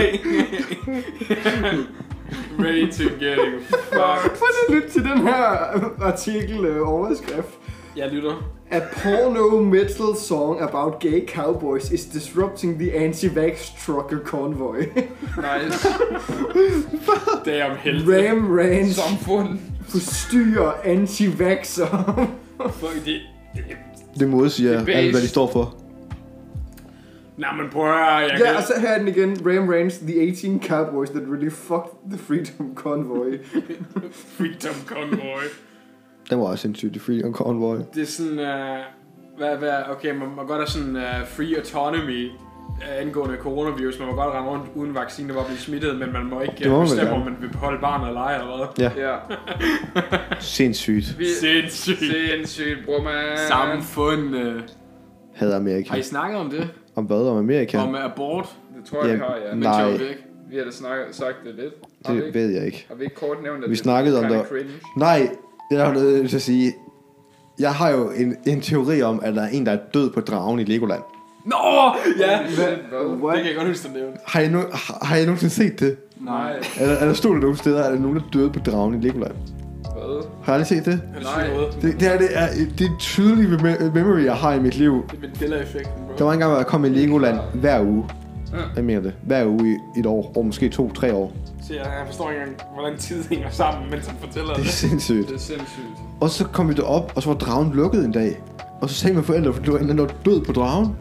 Ready to getting fucked. Prøv at lytte til den her artikel overskrift. Jeg lytter. A porno metal song about gay cowboys is disrupting the anti-vax trucker convoy. Nice. Damn held. Ram Ranch Samfund. forstyrrer anti-vaxxer. Fuck det. Det modsiger alt, hvad de står for. Nej, men prøv at Ja, og så her er den igen. Ram Ranch, the 18 cowboys that really fucked the freedom convoy. Freedom convoy. Den var også sindssygt, The Freedom Convoy. Det er sådan, okay, man må godt have sådan free autonomy angående coronavirus. Man må godt rende rundt uden vaccine og bare blive smittet, men man må ikke bestemme, om man vil beholde barnet eller ej, eller hvad? Ja. Sindssygt. Sindssygt, bror man. Samfundet. Hader Amerika. Har I snakket om det? Om hvad? Om Amerika? Om abort? Det tror jeg, vi har, ja. Men nej. Vi har da sagt det lidt. Det ved jeg ikke. Har vi ikke kort nævnt, at Vi snakkede om det. Nej, jeg har noget til at sige. Jeg har jo en teori om, at der er en, der er død på dragen i Legoland. Nå! Ja! What? Det kan jeg godt huske, at nævne. Har I nogensinde set det? Nej. Er der stået nogle steder, er der nogen, der døde på dragen i Legoland? Hvad? Har jeg aldrig set det? Nej. Det er tydelige memory, jeg har i mit liv. Det er Mandela-effekten, bro. Der var engang, hvor jeg kom i Legoland hver uge. Jeg mener det. Hver uge i et år, og måske 2-3 år. Så jeg forstår ikke engang, hvordan tid hænger sammen, mens han fortæller det. Det er sindssygt. Det er sindssygt. Og så kom vi derop, og så var dragen lukket en dag. Og så sagde mine forældre, for det var en eller anden, der død på dragen.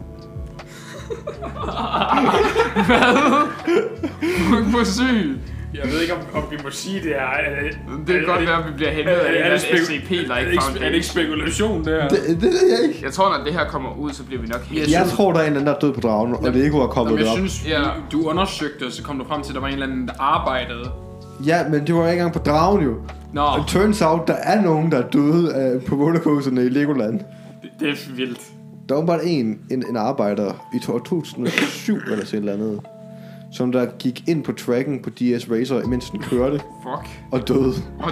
Hvad? Hvor sygt. Jeg ved ikke, om vi må sige det her. Det kan godt være, at vi bliver hentet af en SCP, der ikke found. Er det ikke spekulation, det her? Det ved jeg ikke. Jeg tror, når det her kommer ud, så bliver vi nok helt... Jeg tror, der er en eller anden, der er død på dragen, og Lego er kommet derop. Jeg synes, du undersøgte, og så kom du frem til, at der var en eller anden, der arbejdede. Ja, men det var ikke engang på dragen jo. Nå. It turns out, der er nogen, der er døde på rollercoasterne i Legoland. Det er vildt. Der var bare en arbejder i 2007 eller sådan et eller andet, som der gik ind på tracken på DS Racer, mens den kørte. Fuck. Og døde.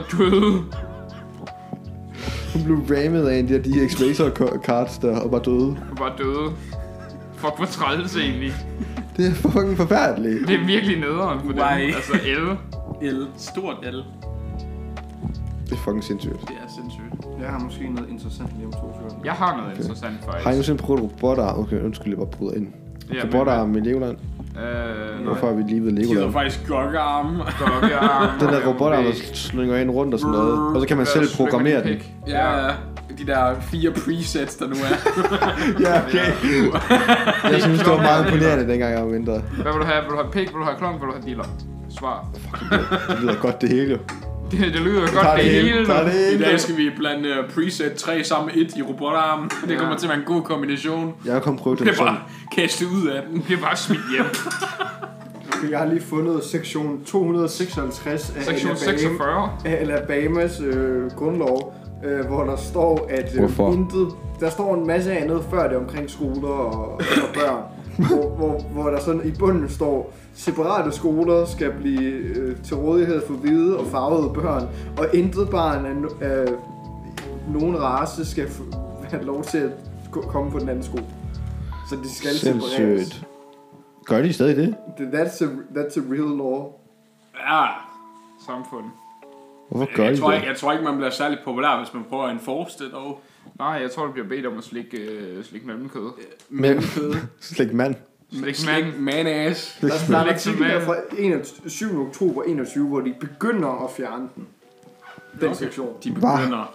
Hun blev rammet af en af de DX Racer cards der, og bare døde. Fuck, hvor træls egentlig. Det er fucking forfærdeligt. Det er virkelig nederen for dem. Altså L. Stort L. Det er fucking sindssygt. Det er sindssygt. Jeg har måske noget interessant lige om 2 sekunder. Jeg har noget interessant faktisk. Har I nogensinde prøvet robotarm? Okay, undskyld, jeg bare bryder ind. Robotarm i Legoland? Hvorfor er vi lige ved Legoland? Det er faktisk gokkearm. Den der robotarm, der slynger ind rundt og sådan noget. Og så kan man selv programmere den. Ja. De der 4 presets, der nu er. Ja, okay. Jeg synes, det var meget imponerende, dengang jeg var mindre. Hvad vil du have? Vil du have pik? Vil du have klonk? Vil du have dealer? Svar. Det lyder godt det hele. Det lyder godt det hele. I dag skal vi blande preset 3 sammen med 1 i robotarmen. Det kommer til at være en god kombination. Jeg har kommet prøve det. Det er bare kaste ud af den. Det er bare smidt hjem. Jeg har lige fundet sektion 256 af Alabamas grundlov, hvor der står, at der står en masse andet før det omkring skoler og børn. hvor der sådan i bunden står, separate skoler skal blive til rådighed for hvide og farvede børn, og intet barn af nogen race skal have lov til at komme på den anden skole. Så de skal separeres. Gør de stadig det? That's a real law. Ja. Samfund. Hvorfor gør de det? Jeg tror ikke, man bliver særlig populær, hvis man prøver at enforce det dog. Nej, jeg tror, det bliver bedt om at slikke mellemkød. Mellemkød? Slik mand. Man-ass. Der er en artikel her fra 7. oktober 21, hvor de begynder at fjerne den sektion. De begynder.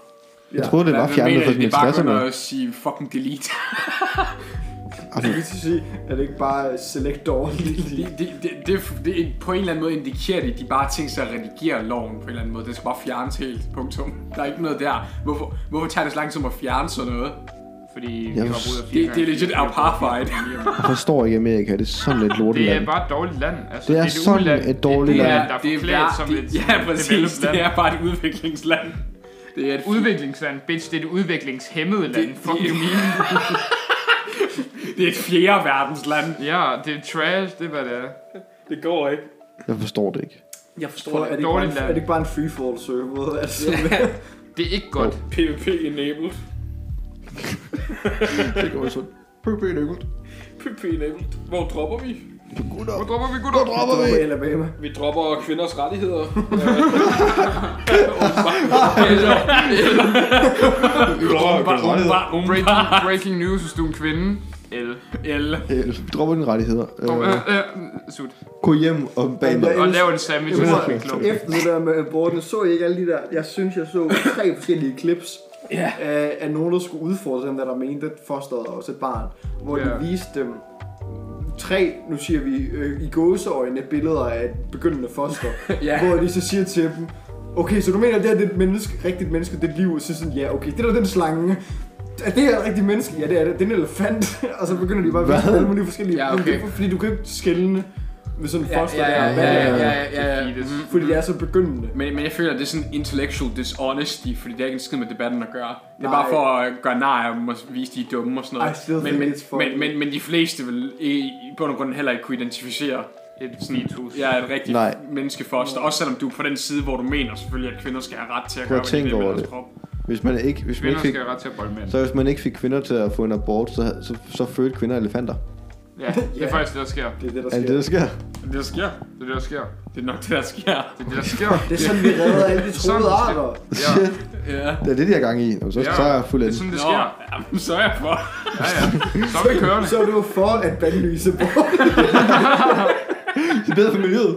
Jeg troede, det var fjernet fra det bare kun at sige fucking delete. Jeg vil sige, er det ikke bare select all? Det på en eller anden måde indikerer det, de bare tænker sig at redigere loven på en eller anden måde. Det skal bare fjernes helt, punktum. Der er ikke noget der. Hvorfor tager det så lang tid at fjerne sådan noget? Fordi det er legit apartheid. Jeg forstår ikke Amerika, det er sådan et lorteland. Det er bare et dårligt land. Altså, det er sådan et dårligt land. Der er forklædt som et ja, præcis. Det er bare et udviklingsland. Det er et udviklingsland, bitch. Det er et udviklingshæmmede land. Fuck you mean. Det er et fjerde verdensland. Ja, det er trash, det er hvad det er. Det går ikke. Jeg forstår det ikke. Jeg forstår det. Er det ikke bare en freefall server? Altså, det er ikke godt. PvP enabled. Det går sådan. PvP enabled. PvP enabled. Hvor dropper vi? Hvor dropper vi? Alabama. Vi dropper kvinders rettigheder. Breaking news, hvis du er en kvinde. L. Vi dropper dine rettigheder. Sut. Gå hjem og bag mig. Og lave en sandwich. Efter det der med aborten, så jeg ikke alle de der. Jeg synes, jeg så 3 forskellige clips af nogen, der skulle udfordre dem, der mente, at fosteret er også et barn. Hvor de viste dem 3, nu siger vi, i gåseøjne billeder af et begyndende foster. Hvor de så siger til dem, okay, så du mener, at det er et menneske, rigtigt menneske, det er et liv, og så sådan, ja, okay, det er den slange. Er det et rigtigt menneske? Ja, det er det. Det er en elefant. Og så begynder de bare at vise alle mulige forskellige. Ja, okay. Fordi du kan ikke skelne med sådan en foster Ja. Fordi det er så begyndende. Men jeg føler, at det er sådan intellectual dishonesty, fordi det er ikke en skid med debatten at gøre. Det er bare for at gøre nar og vise, de er dumme og sådan noget. Men de fleste vil i bund og grund heller ikke kunne identificere et rigtigt menneskefoster. Også selvom du er på den side, hvor du mener selvfølgelig, at kvinder skal have ret til at gøre, hvad de vil med deres krop. Hvis man ikke fik, så hvis man ikke fik kvinder til at få en abort, så fødte kvinder elefanter. Ja, det er faktisk det, der sker. Det er det, der sker. Det er det, der sker. Det er det, der sker. Det er nok det, der sker. Det er det, der sker. Det er sådan, vi redder alle de troede arter. Ja. Det er det, de har gang i. Så er jeg fuld af det. Det er sådan, det sker. Jamen, så er jeg for. Ja. Så er vi kørende. Så er du for at bandlyse bort. Det er bedre for miljøet.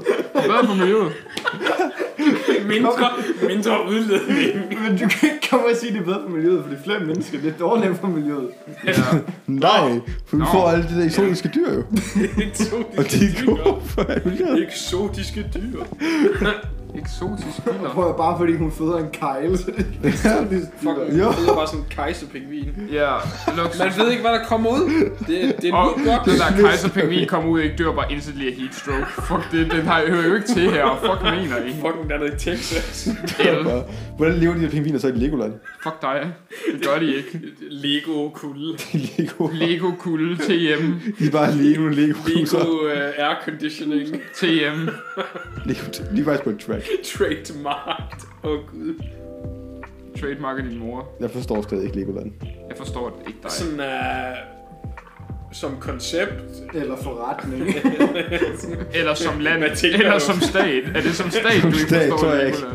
Mindre udledning. Men du kan ikke komme og sige, at det er bedre for miljøet, for det er flere mennesker. Det er dårligt for miljøet. Ja. Nej, for du får alle de der eksotiske dyr jo. Og de er gode for miljøet. Eksotiske dyr. Eksotiske dyr. Prøv at bare fordi hun føder en kejle, så det er eksotiske dyr. Jo. Det er bare sådan en kejserpingvin. Ja. Man ved ikke, hvad der kommer ud. Det er og den der kejserpingvin kommer ud, ikke dør bare instantly af heat stroke. Fuck det, den hører jo ikke til her. Fuck mener I. Fucking der er noget i Texas. Hvordan lever de her pingviner så i Legoland? Fuck dig. Det gør de ikke. Lego-kulde. Lego-kulde. TM. De er bare Lego air conditioning. TM. De er faktisk på et track. Trademarked. Gud. Trademarket din mor. Jeg forstår stadig ikke Legoland. Jeg forstår det ikke dig. Sådan som koncept. Eller forretning. Eller som land. Eller som stat. Er det som stat, du ikke forstår Legoland?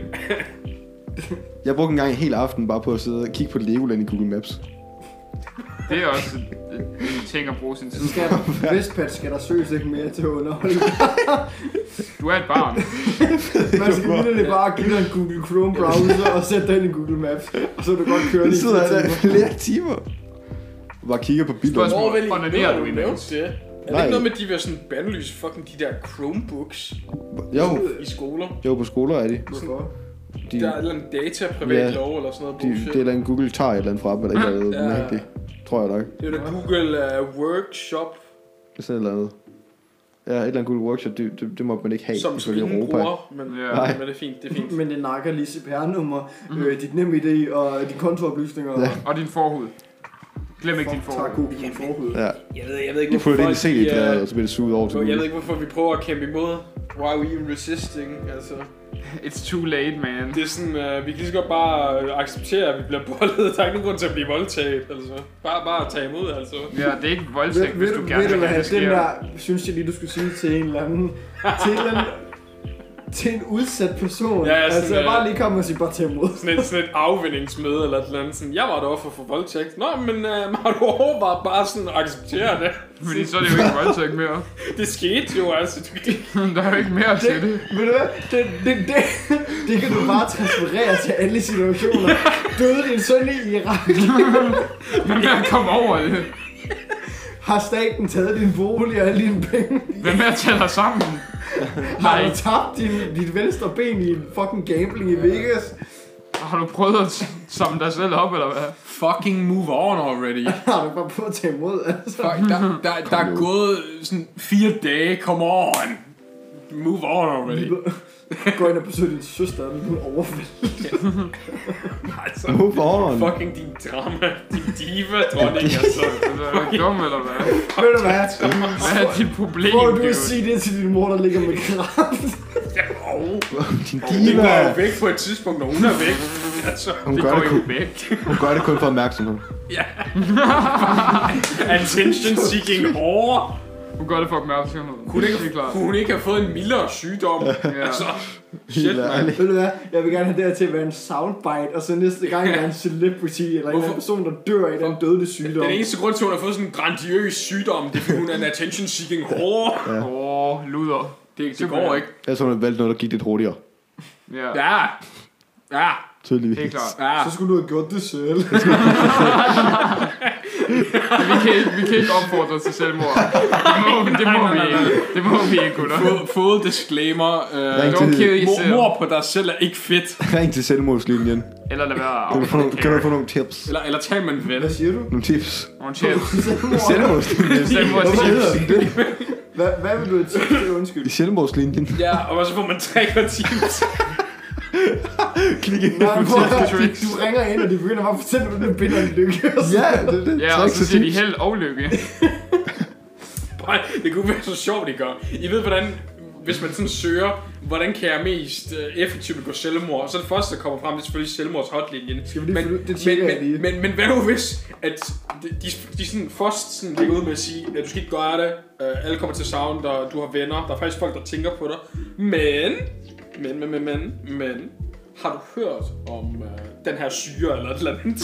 Jeg brugte en gang en hel aften bare på at sidde og kigge på Legoland i Google Maps. Det er også en ting at bruge sin tid. Vestpat skal der søges ikke mere til at underholde. Du er et barn. Man skal virkelig bare give dig en Google Chrome browser og sætte dig ind i Google Maps. Og så er du godt køre lige i flere timer. Bare kigger på biler. Spørgsmål, onanerer du imens? Det? Er det ikke noget med, de vil sådan bandlyse fucking de der Chromebooks? Jo. I skoler? Jo, på skoler er de. Hvorfor? Der er et eller andet data, privat lov eller sådan noget bullshit. Det er eller en Google tager et eller andet fra dem, eller ikke noget tror jeg nok. Det er der Google Workshop. Det er sådan et eller andet. Ja, et eller andet Google Workshop, det må man ikke have. Som ingen bruger, men det er fint, Men det nakker lige CPR-nummer, dit NemID og dine kontooplysninger. Ja. Og din forhud. Glem ikke din forhud. Tak, Google, din forhud. Ja. Jeg ved ikke, hvorfor det er ind i og så bliver det suget over til jeg ved ikke, hvorfor vi prøver at kæmpe imod. Why are we even resisting? Altså. It's too late, man. Det er sådan, vi kan lige så godt bare acceptere, at vi bliver bollet. Der er ikke nogen grund til at blive voldtaget, altså. Bare tage imod, altså. Ja, det er ikke voldtægt, hvis du gerne vil have det sker. Den der, synes jeg lige, du skulle sige til en eller anden... til en udsat person. Ja, altså, jeg bare lige komme og sige, bare til imod. Sådan et afvindingsmøde eller et eller andet. Sådan, jeg var et offer for voldtægt. Nå, men har du overvejet bare sådan at acceptere det? Fordi så er det jo ikke voldtægt mere. Det skete jo, altså. Der er jo ikke mere til det. Ved du hvad? Det kan du bare transferere til alle situationer. Døde din søn i Irak? Hvem er at komme over det? Har staten taget din bolig og alle dine penge? Hvem er at tage dig sammen? Har du tabt dit venstre ben i en fucking gambling i Vegas? Har du prøvet at samle dig selv op, eller hvad? Fucking move on already. Har du bare på at tage imod, altså? Fuck, der er gået sådan 4 dage, come on. Move on already. Gå ind og besøg din søster, og du er overfældet. Altså, move on. fucking din drama, din diva-dronning, altså. Er du dum, eller hvad? Ved du hvad? Hvad er dit problem, Prøv du dude? at sige det til din mor, der ligger med kraft? Din Det går diva. jo væk på et tidspunkt, når hun er væk. Altså, Hun Det gør går det, jo kun, væk. hun gør det kun for opmærksomhed. ja. Attention seeking whore. Hun gør det for opmærksomhed. Kunne klart. hun ikke have fået en mildere sygdom? Ja. Altså, Helt shit, man. ærligt. Ved du hvad? Jeg vil gerne have det her til at være en soundbite, og så næste gang er en celebrity, eller en person, der dør i den dødelig sygdom. Den eneste grund til, at hun har fået sådan en grandiøs sygdom, det er, fordi hun er en attention seeking whore. Luder. Det går ikke. Jeg tror, hun valgte noget, der gik lidt hurtigere. Ja, Ja. Tydeligvis. helt klart. Ja. Så skulle du have gjort det selv. Vi kan ikke opfordre til selvmord. Det må vi ikke, gutter. Full disclaimer. Ring til- Don't kill yourself. Mor på dig selv er ikke fedt. Ring til selvmordslinjen. Eller lad være Kan du få nogle tips? Eller tal med en ven. Hvad siger du? Nogle tips. nogle chips. Selvmordslinjen. Selvmordslinjen. Hvad vil du have tips til? Undskyld. I selvmordslinjen. Ja, og så får man 3 tips. Klik ind. Nej, du ringer ind, og de begynder bare at fortælle, hvordan det binder en lykke. Ja, det. Ja, og så siger de held og lykke. Det kunne være så sjovt, I gør. I ved, hvordan... Hvis man sådan søger, hvordan kan jeg mest effektivt begå selvmord, så det første, der kommer frem, det er selvfølgelig selvmordshotlinjen. Skal vi lige det tjekker jeg lige. Men hvad nu hvis, at de sådan først sådan ligger ud med at sige, at du skal ikke gøre det, alle kommer til savn, du har venner, der er faktisk folk, der tænker på dig, men, har du hørt om den her syre eller et eller andet?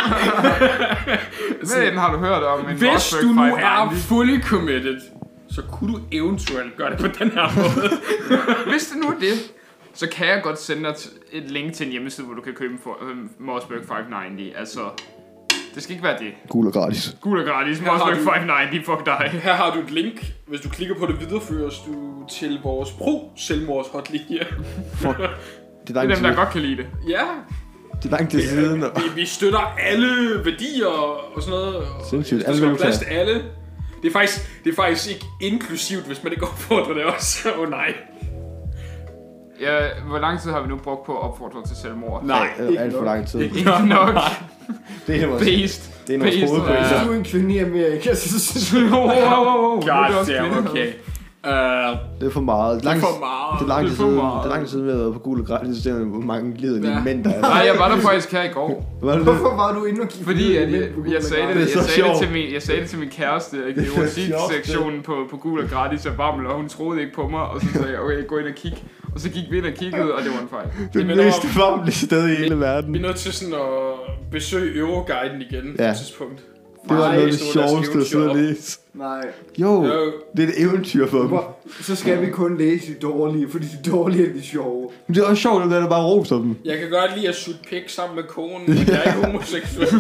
Men har du hørt om en Hvis du nu er Handy? fully committed, så kunne du eventuelt gøre det på den her måde. Hvis det nu er det, så kan jeg godt sende dig et link til en hjemmeside, hvor du kan købe Mossberg 590. Altså, det skal ikke være det. Gul og gratis. Gul og gratis, Her har Mossberg du- 590, fuck dig. Her har du et link. Hvis du klikker på det, videreføres du til vores pro-selvmordshotlinje. Fuck. Det er Det er lang dem, tid. der godt kan lide det. Ja, Det er lang tid siden. og- vi støtter alle værdier og sådan noget. Sindssygt. Der Alle skal være vil plads til alle. Det er faktisk ikke inklusivt, hvis man ikke opfordrer det også. Nej. Ja, hvor lang tid har vi nu brugt på at opfordre til selvmord? Nej. Alt for lang tid. Ikke nok. Det er vores, Beast. det er vores Beast. hovedpointe. Hvis du er en kvinde i Amerika, så synes jeg... Wow. Nu er det God også damn, kvinder. okay. Det er for meget. Det er for meget. Det er lang Det tid er for siden. meget. Det er lang tid siden, vi har været på gul og gratis. Så ser hvor mange glider Ja. mænd, der er. Nej, jeg var der faktisk her i går. Var det det? Hvorfor var du inde og kigge? Fordi at jeg sagde det til min kæreste i Det er så sjovt, sektionen på Gul og Gratis og Bammel, og hun troede ikke på mig, og så sagde jeg, okay, gå ind og kig. Og så gik vi ind og kiggede, og det var en fejl. Det minder mest om- famlige sted i hele verden. Vi er nødt til sådan at besøge Euroguiden igen på Ja. et tidspunkt. Det var Nej, noget af det sådan nogle sjoveste at sidde og eventyr. læse. Nej. Jo, Jo. det er et eventyr for dem. Så skal vi kun læse de dårlige, fordi de dårlige er de sjove. Men det er også sjovt, at der bare roser dem. Jeg kan godt lide at sutte pik sammen med konen, men jeg er ikke homoseksuel.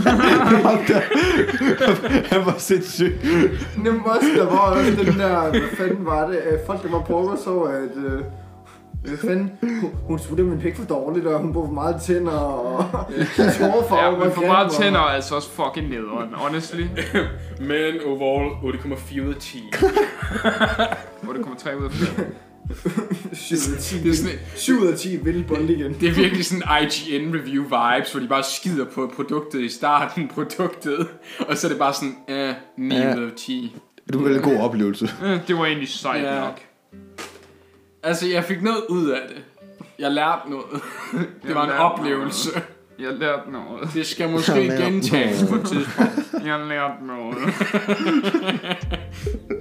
Han var sindssyg. Jamen også, der var også den der, hvad fanden var det? Folk, der var pokker så, at... Hvad fanden? Hun sputtede min pik for dårligt, og hun brugte for meget tænder, og hendes hårfarve Ja, var men for grim, meget og- tænder er altså også fucking nederen, honestly. Men overall 8,4 ud af 10. 8,3 ud af 5. 7 ud af 10. Det er sådan- 7 ud af 10 vil bold igen. Det er virkelig sådan IGN review vibes, hvor de bare skider på produktet i starten, produktet, og så er det bare sådan, 9 Ja. ud af 10. Det var en god oplevelse. Det var egentlig sejt Ja. nok. Altså, jeg fik noget ud af det. Jeg lærte noget. Det var en lærte oplevelse. Jeg lærte noget. Det skal måske Jeg lærte gentages på et tidspunkt. Jeg lærte noget.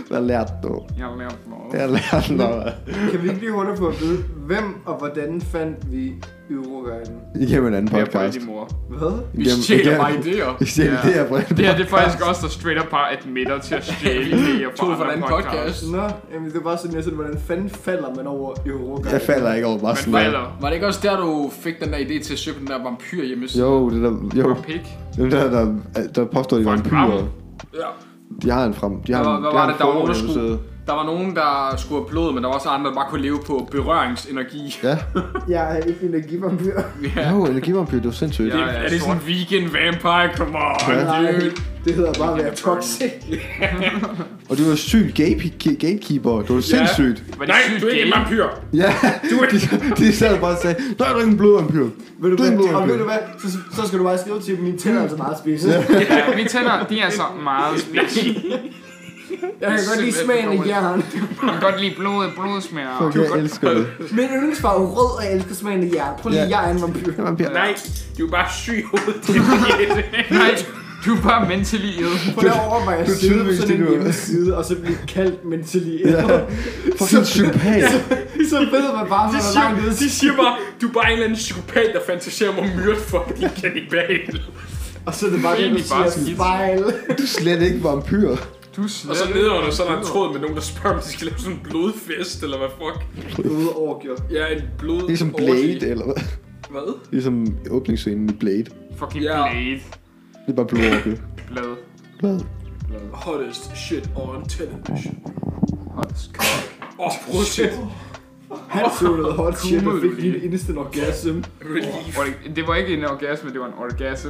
Hvad lærte du? Jeg har lært noget. Kan vi ikke lige hurtigt få at vide, hvem og hvordan fandt vi Euroguiden? Igennem en anden podcast. Hvad? Vi stjæler bare idéer. Vi stjæler idéer på det her, det er faktisk også, der straight up bare admitter til at stjæle idéer fra anden podcast. Nå, jamen det er bare sådan, jeg sådan, hvordan fanden falder man over Euroguiden? Jeg falder ikke over bare sådan. Var det ikke også der, du fik den der idé til at søge den der vampyr hjemmeside? Jo, det der... Jo. Dem der påstår, de vampyrer. Ja. De har en frem. Hvad var det, der var nogen, der skulle have blod, men der var også andre, der bare kunne leve på berøringsenergi. Ja. Jeg er ikke energivampyr. Ja. Jo, energivampyr, det er jo sindssygt. Ja, er det sådan en vegan vampire? Come on, Nej, dude. det hedder bare at være toxic. Og du var sygt gatekeeper. Du var sindssygt. Nej, du er ikke en vampyr. Ja, de sad bare og sagde, nej, du er ikke en blodvampyr. Ved du hvad, så skal du bare skrive til dem, mine tænder er altså meget spidse. Ja, mine tænder, de er altså meget spidse. Jeg kan godt lide smagen i jern. Jeg kan godt lide blodsmager. Okay, jeg elsker det. Min yndlingsfarve rød, og jeg elsker smagen i jern. Prøv lige, jeg er en vampyr. Nej, du er bare syg i hovedet. Nej, du er bare mentally ill. Prøv lige at overveje at sidde på sådan en hjemmeside, og så blive kaldt mentally ill. Fucking psykopat. Så ved man bare, så er langt ude. De siger bare, du er bare en eller anden psykopat, der fantaserer om at myrde folk, din kannibal. Og så er det bare det, du siger spejl. Du er slet ikke vampyr. Og så nedenunder, så er der en tråd med nogen, der spørger, om de skal lave sådan en blodfest, eller hvad fuck? Blodorgier. Ja, en blod. Ligesom Blade, eller hvad? Hvad? Ligesom åbningsscenen i Blade. Fucking Blade. Det er bare blodorgie. Blade. Hottest shit on television. Hottest cock. Prøv shit. Han så noget hot shit og fik lige en instant orgasm. Det var ikke en orgasme, det var en orgasm.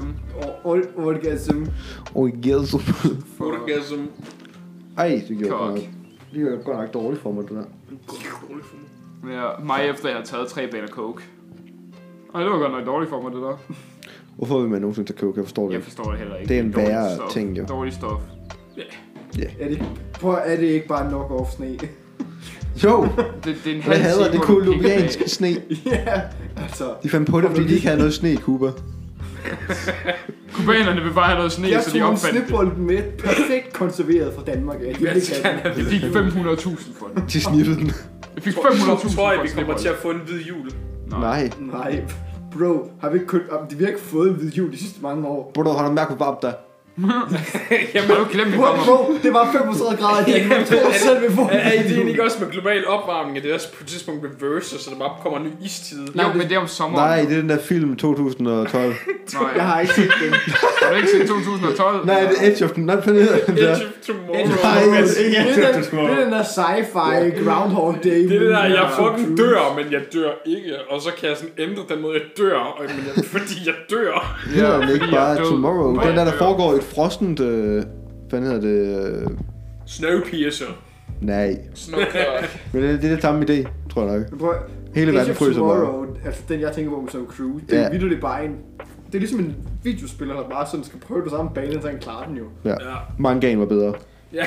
Orgasm. Ej, det gjorde godt nok. Det gjorde godt nok dårligt for mig, det der. Ja, mig efter jeg har taget 3 baner coke. Ej, det var godt nok dårligt for mig, det der. Hvorfor vil man nogensinde tage coke? Jeg forstår det. Jeg forstår det heller ikke. Det er en værre ting, jo. Dårlig stof. Ja. Er det ikke bare knock-off sne? Jo, det er en jeg hader det kolumbianske sne. Ja, altså. De fandt på det, fordi de ikke havde noget sne i Cuba. Kubanerne vil bare have noget sne, så de opfandt det. Jeg tog en snebold med, perfekt konserveret fra Danmark. Jeg fik 500.000 for den. De snittede den. Jeg fik 500.000 tror jeg, vi kommer til at få en hvid jul. Nej. Bro, har vi ikke fået en hvid jul de sidste mange år? Bro, har du mærket på der? Jamen, du glemte bro, det var 35 grader i Danmark. Er det ikke også med global opvarmning, at det også på et tidspunkt reverser, så der bare kommer en ny istid? Nej, men det er om sommeren. Nej, det er den der film 2012. Nej, jeg har ikke set den. Har du ikke set 2012? Nej, det er Edge of Tomorrow. Edge of Tomorrow. Det er den der sci-fi Groundhog Day. Det er det der, jeg fucking dør, men jeg dør ikke. Og så kan jeg sådan ændre den måde, jeg dør, fordi jeg dør. Ja, men ikke bare Tomorrow. Den der foregår et frostent... hvad hedder det? Snowpiercer. Nej. Snowclock. Men det er det samme idé, tror jeg nok. Hele verden fryser bare. Altså den jeg tænker på med Tom Cruise, det er vildt bare en... Det er ligesom en videospiller, der bare sådan skal prøve det samme bane, så han klarer den jo. Ja. Mangaen var bedre. Ja.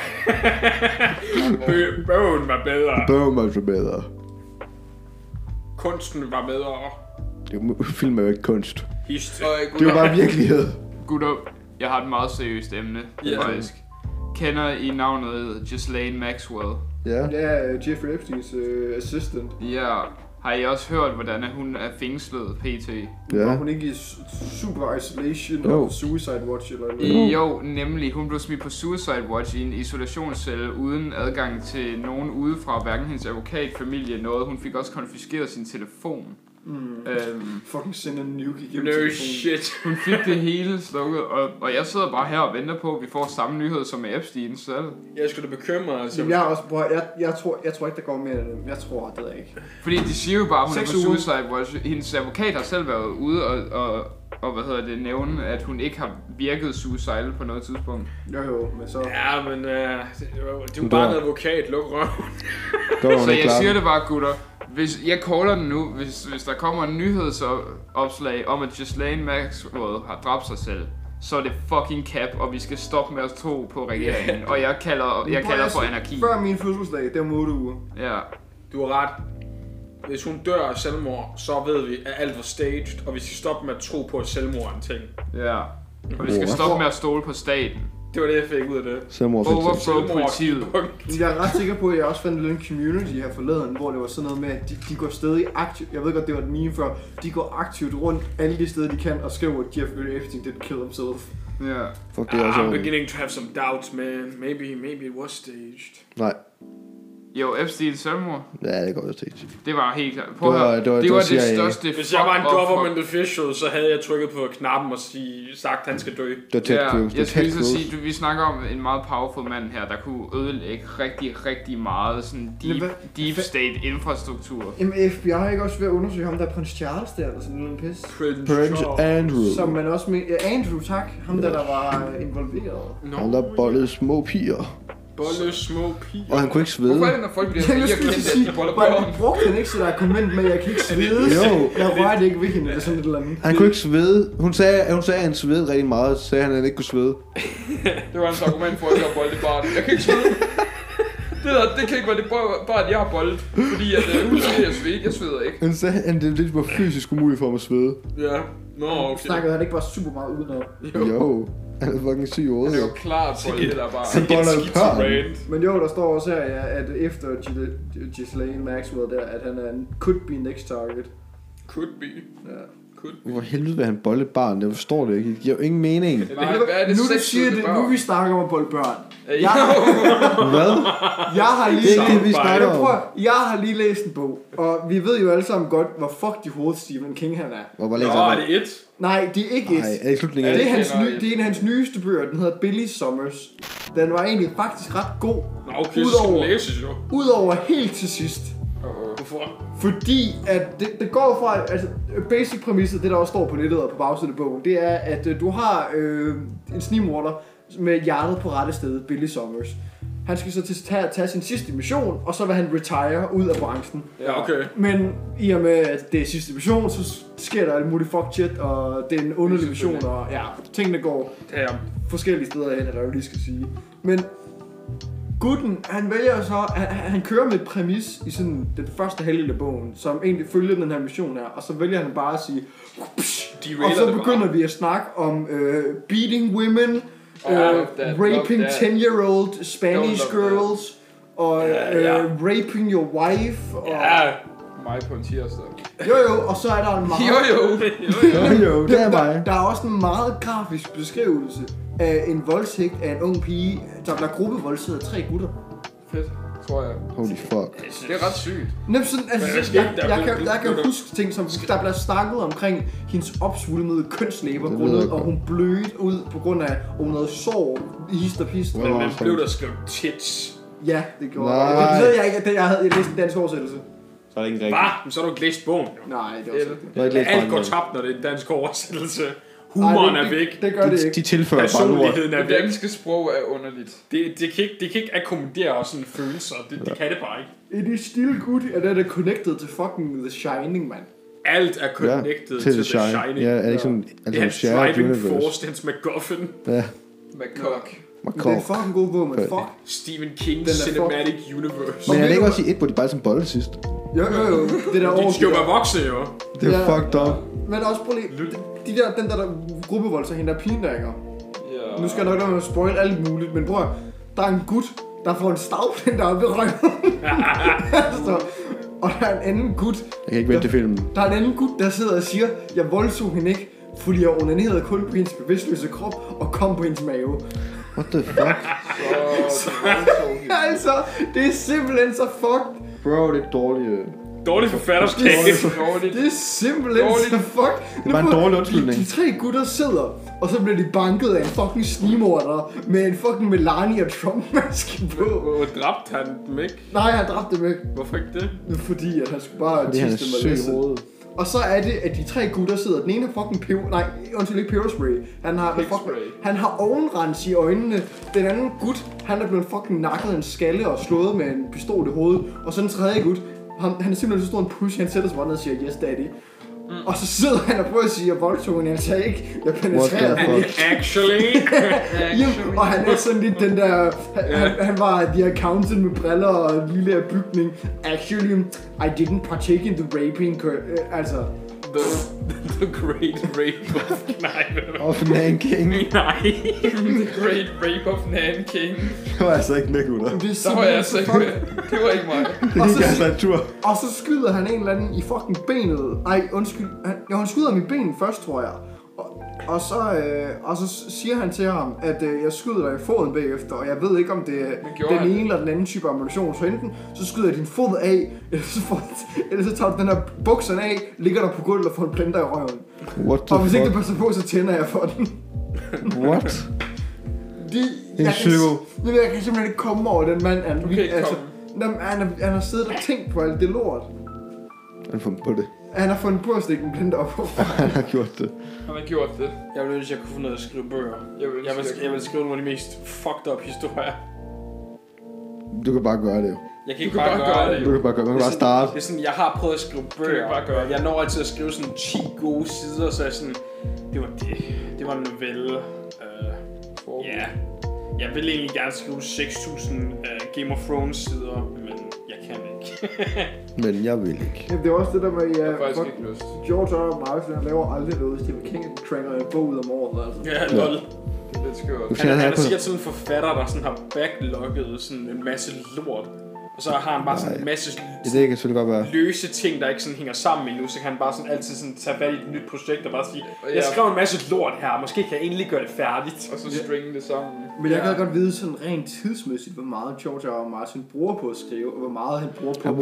Bogen var bedre. Bogen var bedre. Kunsten var bedre. Film er jo ikke kunst. Det var bare virkelighed. Gutter, jeg har et meget seriøst emne, faktisk. Kender I navnet Ghislaine Maxwell? Ja, Jeffrey Epsteins assistant. Ja, har I også hørt, hvordan hun er fængslet pt? Ja. Var hun ikke i super isolation og suicide watch eller noget? Jo, nemlig. Hun blev smidt på suicide watch i en isolationscelle uden adgang til nogen udefra, hverken hendes advokat, familie, noget. Hun fik også konfiskeret sin telefon. Fucking send en nuke igennem telefonen. Shit. Hun fik det hele slukket, og jeg sidder bare her og venter på, at vi får samme nyhed som med Epstein selv. Jeg skulle da bekymre, altså. Jamen, jeg tror ikke, der går mere end det. Jeg tror, det er ikke. Fordi de siger jo bare, at hun er på suicide watch. Hendes advokat har selv været ude og nævne, at hun ikke har virket suicidal på noget tidspunkt. Jo, men så... Ja, men det er jo bare en advokat, luk røven. Så jeg siger det bare, gutter. Hvis jeg caller den nu, hvis der kommer en nyhedsopslag om, at Ghislaine Maxwell har dræbt sig selv, så er det fucking cap, og vi skal stoppe med at tro på regeringen. Og jeg kalder for anarki. Før min fødselsdag, det er om 8 uger. Ja. Du har ret. Hvis hun dør af selvmord, så ved vi, at alt var staged, og vi skal stoppe med at tro på, at selvmord er en ting. Ja. Og vi skal stoppe med at stole på staten. Det var det, jeg fik ud af det. Overflow-politiet. Jeg er ret sikker på, at jeg også fandt en community her forleden, hvor det var sådan noget med, at de går stadig aktivt. Jeg ved godt, det var et meme før. De går aktivt rundt alle de steder, de kan, og skriver, at Jeffrey Epstein didn't kill himself. Ja. Fuck, det er også I'm beginning to have some doubts, man. Maybe it was staged. Nej. Jo, Epstein selvmord. Ja, det går jo stigt. Det var helt klart. Prøv at høre, det var det største. Hvis jeg var en government official, så havde jeg trykket på knappen og sagt, at han skal dø. Det var tæt close. Jeg skulle lige sige, vi snakker om en meget powerful mand her, der kunne ødelægge rigtig meget sådan deep state infrastruktur. Jamen FBI er ikke også ved at undersøge ham, der er prins Charles der, eller sådan en pis? Prince Andrew. Som man også med... Andrew, tak. Ham der var involveret. Han der bollede små piger. Bolle små piger. Og han kunne ikke svede. Hvorfor er det, når folk bliver piger kendt, at de boller børn? Brugte han ikke sit argument med, at jeg kan ikke svede? Jo. Jeg rørte ikke ved hende, eller sådan et eller andet. Han kunne ikke svede. Hun sagde, at han svedede rigtig meget. Så sagde han, at han ikke kunne svede. Det var hans argument for, at jeg har boldet barn. Jeg kan ikke svede. Det kan ikke være det bare, at jeg har boldet. Fordi at hun siger, at jeg sveder ikke. Han sagde, at det var fysisk umuligt for mig at svede. Ja. Nå, okay. Snakkede han ikke bare super meget udenom? Jo. Han er fucking syg i hovedet. Det er jo klart boldet, det der bare. Han boller børn. Men jo, der står også her, at efter Ghislaine Maxwell der, at han er en could be next target. Could be. Ja. Hvor helvede vil han bolle barn? Jeg forstår det ikke. Det giver jo ingen mening. Hvad er det Nu du siger det, nu vi snakker om at bolle børn. Hvad? Jeg har lige det er ikke det, vi snakker om. Jeg har lige læst en bog, og vi ved jo alle sammen godt, hvor fucked i hovedet Stephen King han er. Nå, er det et? Nej, det er ikke et. Nej, er det slutningen? Det er en af hans nyeste bøger, den hedder Billy Summers. Den var egentlig faktisk ret god. Nå, okay, så skal den læses jo. Udover helt til sidst. Hvorfor? Fordi at det går fra, altså basic præmisset, det der også står på nettet og på bagsiden af bogen, det er at du har en snigmorder med hjertet på rette sted, Billy Summers. Han skal så tage sin sidste mission, og så vil han retire ud af branchen. Ja, okay. Men i og med at det er sidste mission, så sker der alt muligt fuck shit, og det er en underlig mission, og ja, tingene går forskellige steder hen, eller hvad jeg lige skal sige. Men gutten, han vælger så, han kører med et præmis i sådan den første halvdel af bogen, som egentlig følger den her mission her, og så vælger han bare at sige, og så begynder vi at snakke om beating women, raping 10-year-old Spanish girls, og raping your wife, og... Mig på en tirsdag. Jo, og så er der en meget... Jo, det er mig. Der er også en meget grafisk beskrivelse af en voldtægt af en ung pige, der bliver gruppevoldtaget af 3 gutter. Fedt, tror jeg. Holy fuck. Det er ret sygt. Jamen sådan, altså, jeg kan huske ting som, der bliver snakket omkring hendes opsvulmede kønslæber, og hun blødte ud på grund af, hun havde sår i hist og pist. Men blev der skrevet tits? Ja, det gjorde jeg. Det ved jeg ikke, jeg havde læst en dansk oversættelse. Så er det ikke rigtigt. Hvad? Så har du ikke læst bogen? Nej, det var ikke. Alt går tabt, når det er en dansk oversættelse. Humoren er væk. Det gør det ikke. De tilfører bare ord. Er det danske sprog er underligt. Det kan ikke akkommodere sådan følelser. Det kan det bare ikke. It is still good, and that er connected to fucking The Shining, man. Alt er connected til The Shining. Ja, er det ikke sådan... Det er hans driving force, hans MacGuffin. Ja. McCock. Det er en fucking god bog, men fuck. Stephen King's Cinematic Universe. Men er det ikke også i et, hvor de bare sådan bolle sidst? Jo. Det der de skal jo være voksne, jo. Det er fucked up. Men også problem. Den der gruppevold, så hende der pigen, der ikke. Nu skal jeg nok spoil alt muligt, men bror, der er en gut, der får en stavpind deroppe i røven. Og der er en anden gut. Jeg kan ikke vente til filmen. Der er en anden gut, der sidder og siger, jeg voldtog hende ikke, fordi jeg onanerede kun på hendes bevidstløse krop og kom på hendes mave. What the fuck? Altså, det er simpelthen så fucked. Bro, det er dårligt. Dårligt forfatterskab. Det er simpelthen så fucked. Det er bare en dårlig undskyldning. De 3 gutter sidder, og så bliver de banket af en fucking snigmorder med en fucking Melania Trump-maske på. Hvor dræbte han dem ikke? Nej, han dræbte dem ikke. Hvorfor ikke det? Fordi at han skulle bare tiste dem og læse. Og så er det, at de 3 gutter sidder. Den ene har fucking peberspray. Han har ovenrens i øjnene. Den anden gut, han er blevet fucking nakket af en skalle og slået med en pistol i hovedet. Og så den tredje gut, han er simpelthen så stor en push, han sætter sig bare ned og siger, yes daddy. Og så sidder han og prøver at sige, at voldtog han sagde ikke, jeg penetrerede ham. Actually. Og han er sådan lidt den der, han var the accountant med briller og lille bygning. Actually, I didn't partake in the raping, altså. The Great Rape of Knife. Of Nanking. Nej. The Great Rape of Nanking. Det var altså ikke med, gutter. Det var jeg altså ikke med. Det var ikke mig. Det gik altså en tur. Og så skyder han en eller anden i fucking benet. Ej, undskyld. Han skyder ham i benet først, tror jeg. Og så siger han til ham, at jeg skyder dig i foden bagefter, og jeg ved ikke, om det er den ene eller den anden type ammunition. Så enten så skyder jeg din fod af, eller så tager du den her bukserne af, ligger der på gulvet og får en planter i røven. Og hvis ikke du passer på, så tænder jeg for den. What? Jeg kan simpelthen ikke komme over den mand. Han har siddet og tænkt på alt det lort. Han har fundet på det. Han har fundet på at stikke en blinde op på. Han har gjort det. Jeg ville ønske, jeg kunne finde noget at skrive bøger. Jeg vil skrive nogle af de mest fucked up historier. Du kan bare gøre det jo. Jeg kan ikke bare gøre det. Du kan bare gøre det. Man kan bare starte. Det er sådan, jeg har prøvet at skrive bøger. Jeg når altid at skrive sådan 10 gode sider, så jeg sådan, det var det. Det var en novelle. Ja. Jeg vil egentlig gerne skrive 6.000 Game of Thrones sider, men jeg kan ikke. Men jeg vil ikke. Jamen, det er også det der med, jeg har faktisk ikke lyst. George R. R. Martin, han laver aldrig noget. Stephen King trænger en bog ud om året, altså. Ja, lol. Han er sikkert sådan en forfatter, der sådan har backlogget sådan en masse lort. Og så har han bare sådan en masse det kan selvfølgelig godt være. Løse ting, der ikke sådan hænger sammen endnu. Så kan han bare sådan altid sådan tage fat i et nyt projekt og bare sige, jeg skrev en masse lort her, måske kan jeg egentlig gøre det færdigt. Og så stringe det sammen. Men jeg kan godt vide sådan rent tidsmæssigt, hvor meget George R. R. Martin bruger på at skrive, og hvor meget han bruger på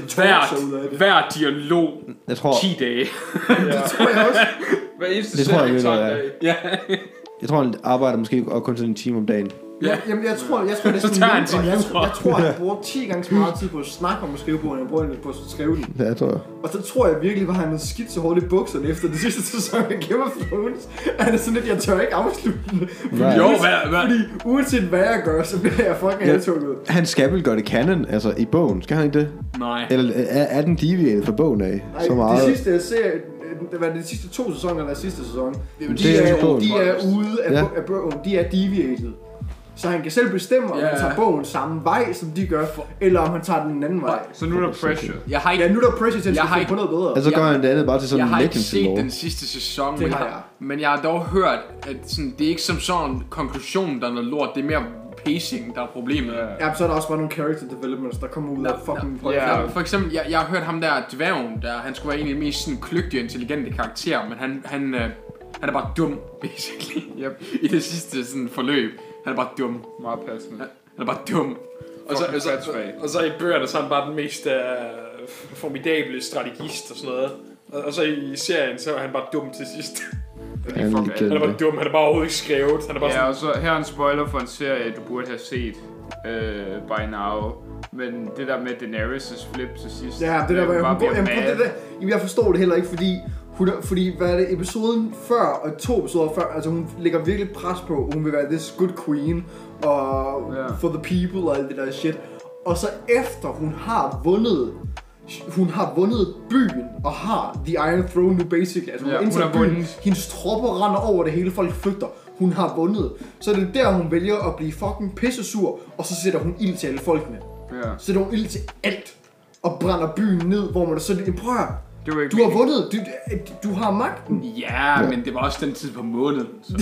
hver dialog, jeg tror, 10 dage. Det tror jeg også. Hver eneste det tror jeg, ja. Jeg tror, han arbejder måske kun sådan en time om dagen. Ja. Jamen, jeg tror det er sådan mindre. Jeg tror, han bruger 10 gange så meget tid på at snakke om at skrive på, end han bruger på at skrive den. Ja, jeg tror. Og så tror jeg virkelig, at han havde skidt så hårdt i bukserne efter det sidste sæson af Game of Thrones. Han er sådan lidt, jeg tør ikke afslutte den. Fordi uanset hvad jeg gør, så bliver jeg fucking halvtukket. Han skal vel gøre det canon, altså i bogen. Skal han ikke det? Nej. Eller er den deviated fra bogen af? Nej, så meget. Det sidste jeg ser, det var de sidste 2 sæsoner eller sidste sæson. De er ude af bogen. De er deviated. Så han kan selv bestemme, om han tager bogen samme vej, som de gør, eller om han tager den anden vej. Så nu er der pressure. Nu er der pressure til at få på noget bedre. Altså gør han det andet bare til sådan en legends lore. Jeg har ikke set den sidste sæson, men jeg har dog hørt, at sådan, det er ikke som sådan konklusionen, der er noget lort, det er mere pacing, der er problemet. Ja, så er der også bare nogle character developments, der kommer ud af fucking... For eksempel, jeg har hørt ham der dværgen, der han skulle være en af de mest sådan, kløgtige og intelligente karakterer, men han er bare dum, basically, i det sidste sådan, forløb. Han er bare dum. Meget passende. Han er bare dum. Og så i bøgerne, så er han bare den mest formidable strategist og sådan noget. Og så i serien, så er han bare dum til sidst. Han er bare dum, han er bare overhovedet ikke skrevet. Han er bare og så her er en spoiler for en serie, du burde have set by now. Men det der med Daenerys' flip til sidst. Ja, det der var jeg forstår det heller ikke, fordi hvad er det, episoden før og 2 episoder før, altså hun lægger virkelig pres på, hun vil være this good queen og for the people og alt det der shit. Og så efter hun har vundet byen og har the Iron Throne nu basically, altså hun har vundet. Hendes tropper render over det hele, folk flygter. Hun har vundet. Så det er der hun vælger at blive fucking pissesur, og så sætter hun ild til alle folkene. Sætter hun ild til alt og brænder byen ned, hvor man så prøv at du har vundet, du har magten. Ja, men det var også den tid på måneden.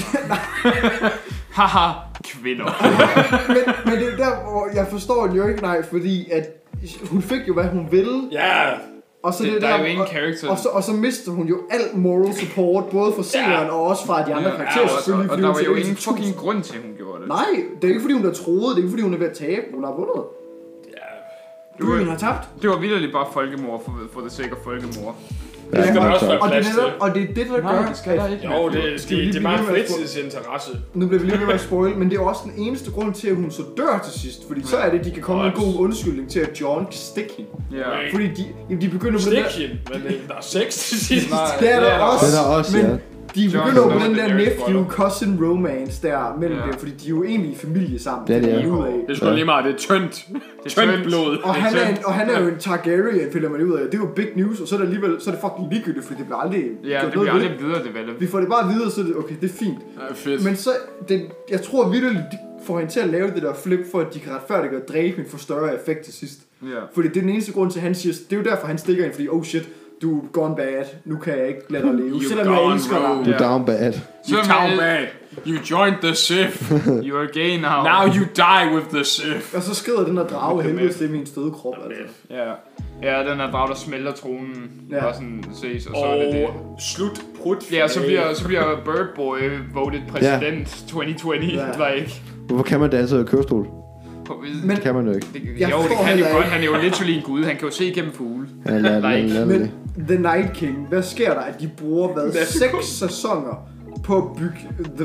Haha, kvinder. men det er der, hvor jeg forstår jo ikke, nej, fordi at hun fik jo, hvad hun ville. Ja. Og så der er jo ingen character. Og så mister hun jo alt moral support, både fra seeren og også fra de andre karakterer. Og der var jo ingen fucking grund til, at hun gjorde det. Nej, det er ikke fordi, hun har troet, det er ikke fordi, hun er ved at tabe. Hun har vundet. Byen har tabt. Det var vitterligt bare folkemord for det sikre folkemord. Det skal der også være plads til. Og det er det, der gør... det skal der ikke. Jo, det er meget fritidsinteresse. Nu bliver vi lige ved med at spoil, men det er også den eneste grund til, at hun så dør til sidst. Fordi så er det, de kan komme med en god undskyldning til, at Jon kan stikke hende. Fordi de begynder på det der... Stikke hende? Men der er sex til sidst. Det er der også, men... De begynder jo på den der nephew-cousin romance der mellem dem, fordi de er jo egentlig i familie sammen. Det er det er sgu lige meget, det er tyndt blod. Og han er jo en Targaryen, finder man ud af. Det er jo big news, og så er det alligevel, så er det fucking ligegyldigt, fordi det bliver aldrig... Ja, det bliver aldrig videre developed. Vi får det bare videre, så det, okay, det er fint. Ja, fedt. Men så, jeg tror virkelig, de får hende til at lave det der flip, for at de kan retfærdigt at dræbe hende for større effekt til sidst. Fordi det er den eneste grund til, at han siger, det er jo derfor, han stikker hende, fordi oh shit, du er gone bad, nu kan jeg ikke lade dig leve, selvom jeg elsker dig. Du er down bad. You down bad. You joined the Sith. You're gay now. Now you die with the Sith. Og så skrider den der drage helvedes til min støde krop, altså. Ja, den her drage, der smelter tronen. Bare sådan ses, og så er det. Slut prut. Ja, så bliver Bird Boy voted præsident 2020. Like. Hvorfor kan man danse og kørestol? Men kan man jo ikke. Det kan jo godt. Han er jo literally en gud. Han kan jo se igennem fugle. Men The Night King, hvad sker der? At de bruger 6 sæsoner på at bygge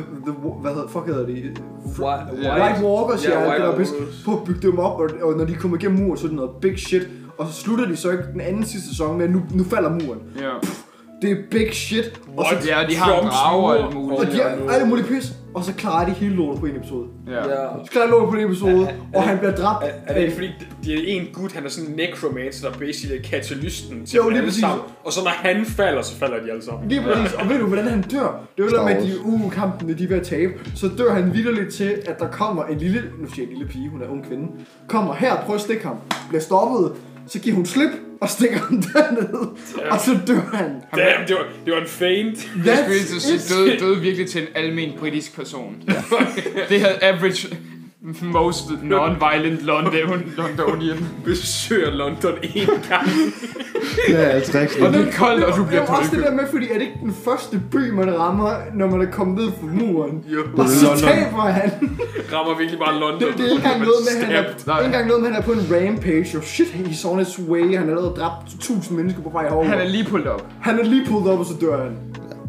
White Walkers, på at bygge dem op, og når de kommer igennem muren, så er det noget big shit. Og så slutter de så ikke den anden sidste sæson med, at nu falder muren. Det er big shit. Og så, de har en drage og alt muligt. Og de har alt muligt pis. Og så klarer de hele lortet på en episode. Så klarer de lortet på en episode, og han bliver dræbt. Er det ikke fordi, det er en gut, han er sådan en necromancer, der basically er katalysten til jo, lige præcis. sammen. Og så når han falder, så falder de alle sammen. Lige præcis. Og ved du, hvordan han dør? Det er jo med, at de kampene, de er ved at tabe. Så dør han vitterligt til, at der kommer en lille, nu siger jeg en lille pige, hun er ung kvinde, kommer her, prøver at stikke ham, bliver stoppet, så giver hun slip, og stikker ham dernede, og så dør han. Damn, det var en feint. Døde virkelig til en almen britisk person. Det havde average most non-violent Londonian. Besøger London en gang. Ja, det er rigtigt. Og det er koldt, og du bliver også det der med, fordi er det ikke den første by, man rammer, når man er kommet ned fra muren? Jo. Og så taber han. Rammer virkelig bare London. Det er ikke engang noget med, han er på en rampage. Og shit, he's on his way. Han har allerede dræbt 1000 mennesker på vej herover. Han er lige pulled op. Og så dør han.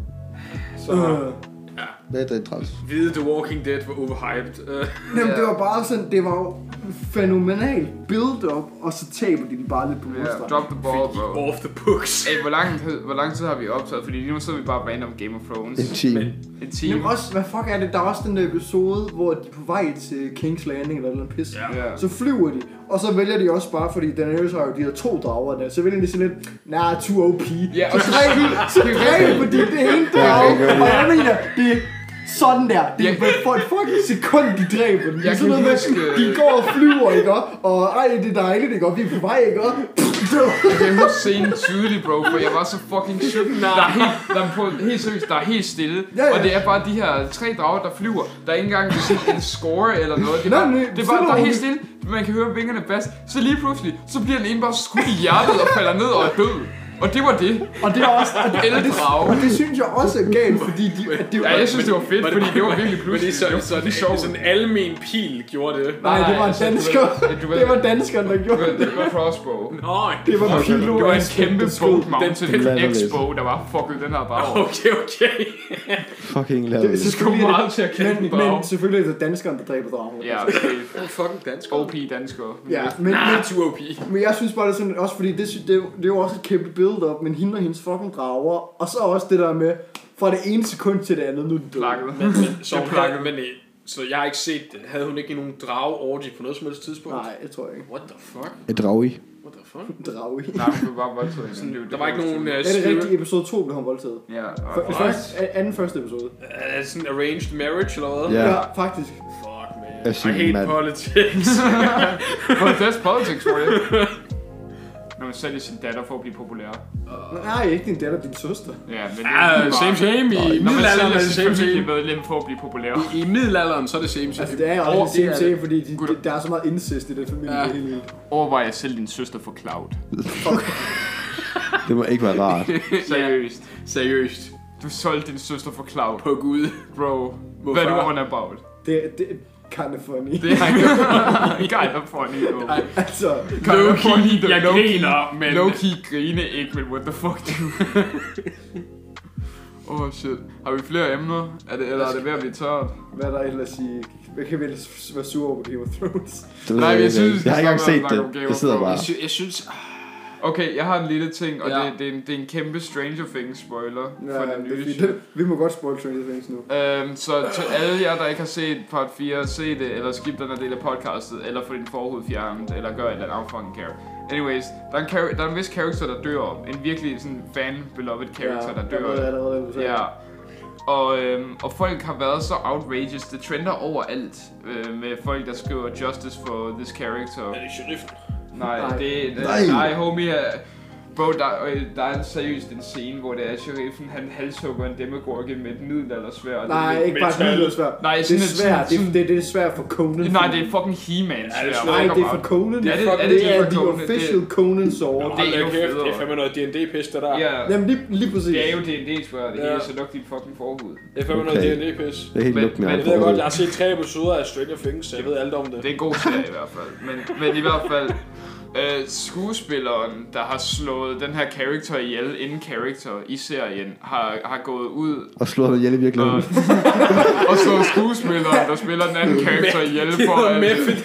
Det er træls. Vide The Walking Dead var overhyped. Jamen, det var bare sådan, det var jo fænomenalt build-up, og så taber de bare lidt på modstand. Drop the ball, bro. Off the books. Hey, hvor lang tid har vi optaget? Fordi lige nu sidder vi bare random Game of Thrones. En time. Jamen også, hvad fuck er det? Der er også den der episode, hvor de er på vej til King's Landing eller noget pis. Så flyver de, og så vælger de også bare, fordi Daenerys har jo de her 2 drager der, så vælger de sådan lidt, too OP. Ja, og så dræber fordi det ene drage, og jeg mener, det er sådan der. Det er for et fucking sekund, de dræber den. Det er sådan noget med, de går og flyver, ikke? Og det er dejligt, ikke? Vi er på vej, ikke? Jeg kan huske scenen tydeligt, bro, for jeg var så fucking syg. Helt seriøst, der er helt stille. Og det er bare de her 3 drager, der flyver. Der er ikke engang en score eller noget. Det er bare, der er helt stille. Man kan høre vingerne basse. Så lige pludselig, så bliver den ene bare skudt i hjertet og falder ned og er død. Og det var det. Og det var også og det synes jeg også er galt, fordi jeg synes det var fedt, fordi det var virkelig pludselig. Så det er sådan en almen pil gjorde det. Nej, det var en dansker. Det var danskeren, der gjorde det. Det var crossbow. Nej, det var pilo. Det var en kæmpe boat mounted X-bow, der var fucking den her drag. Okay. Fucking lavet. Det skulle meget til at kende den drag. Men selvfølgelig er det danskeren, der dræber dragen. Ja, fucking dansker. OP dansker. Ja, men too OP. Men jeg synes bare, det er sådan, også fordi det er jo også et kæmpe build-up, men hende og hendes fucking drager, og så også det der med, fra det ene sekund til det andet, nu er det død. Så jeg har ikke set det. Havde hun ikke nogen drage-orgy på noget som helst tidspunkt? Nej, jeg tror ikke. What the fuck? Et drag-i. What the fuck? Drag-i. Nej, det var bare voldtaget. Der var ikke nogen... Er det rigtigt? Episode 2 blev hun voldtaget? Ja. Første episode. Sådan arranged marriage eller hvad? Ja, faktisk. Fuck, man. I hate politics. Well, that's politics for you. Når man sælger sin datter for at blive populær. Nej, ikke din datter, din søster. Ja, men det er same. I middelalderen er det same medlem for at blive populær. I middelalderen så er det same. Altså det er også same, fordi der er så meget incest i den familie. Ja. Hele. Overvej at sælge din søster for cloud. Det må ikke være rart. Seriøst. Du solgte din søster for cloud. På Gud. Bro, hvad er du on about? Det kind of funny. Det er kind of funny, bro. Altså, low-key, jeg griner, men... Low-key grine ikke, men what the fuck, du? Shit. Har vi flere emner? Eller er det ved at blive tørt? Hvad er der ellers at sige? Hvad kan vi ellers være sure over på Game of Thrones? Nej, jeg synes... Jeg har ikke engang set det. Jeg sidder bare... Jeg synes... Okay, jeg har en lille ting, og det er en kæmpe Stranger Things spoiler for den nye show. Vi må godt spoil Stranger Things nu. Så til alle jer, der ikke har set part 4, se det, eller skip den her del af podcastet, eller få din forhud fjernet, eller gør et eller andet fucking care. Anyways, der er en vis karakter, der dør. En virkelig sådan fan-beloved karakter, der dør. Ja. Og folk har været så outrageous. Det trender overalt med folk, der skriver justice for this character. Er det sheriffen? Nej, homie. Bro, der er seriøst en scene, hvor det er sheriffen, han halshugger en demogorgon med et middelaldersværd. Nej, ikke bare et middelaldersværd. Nej, det er svært. Det er svært for Conan. Nej, det er fucking He-Man sværd. Nej, det er for Conan. Det er the official Conan sword. Det er fandme noget D&D-pis, der der. Jamen lige præcis. Det er jo D&D-sværd, det er så luk dit fucking forhud. Det er fandme noget D&D-pis. Det er helt lukket. Men jeg ved godt, jeg har set 3 episoder af Stranger Things, så jeg ved alt om det. Det er en god serie i hvert fald. Men i hvert fald... skuespilleren, der har slået den her character ihjel, inden character i serien, har gået ud... Og slået ham ihjel i virkeligheden. Og slået skuespilleren, der spiller den anden character ihjel for at...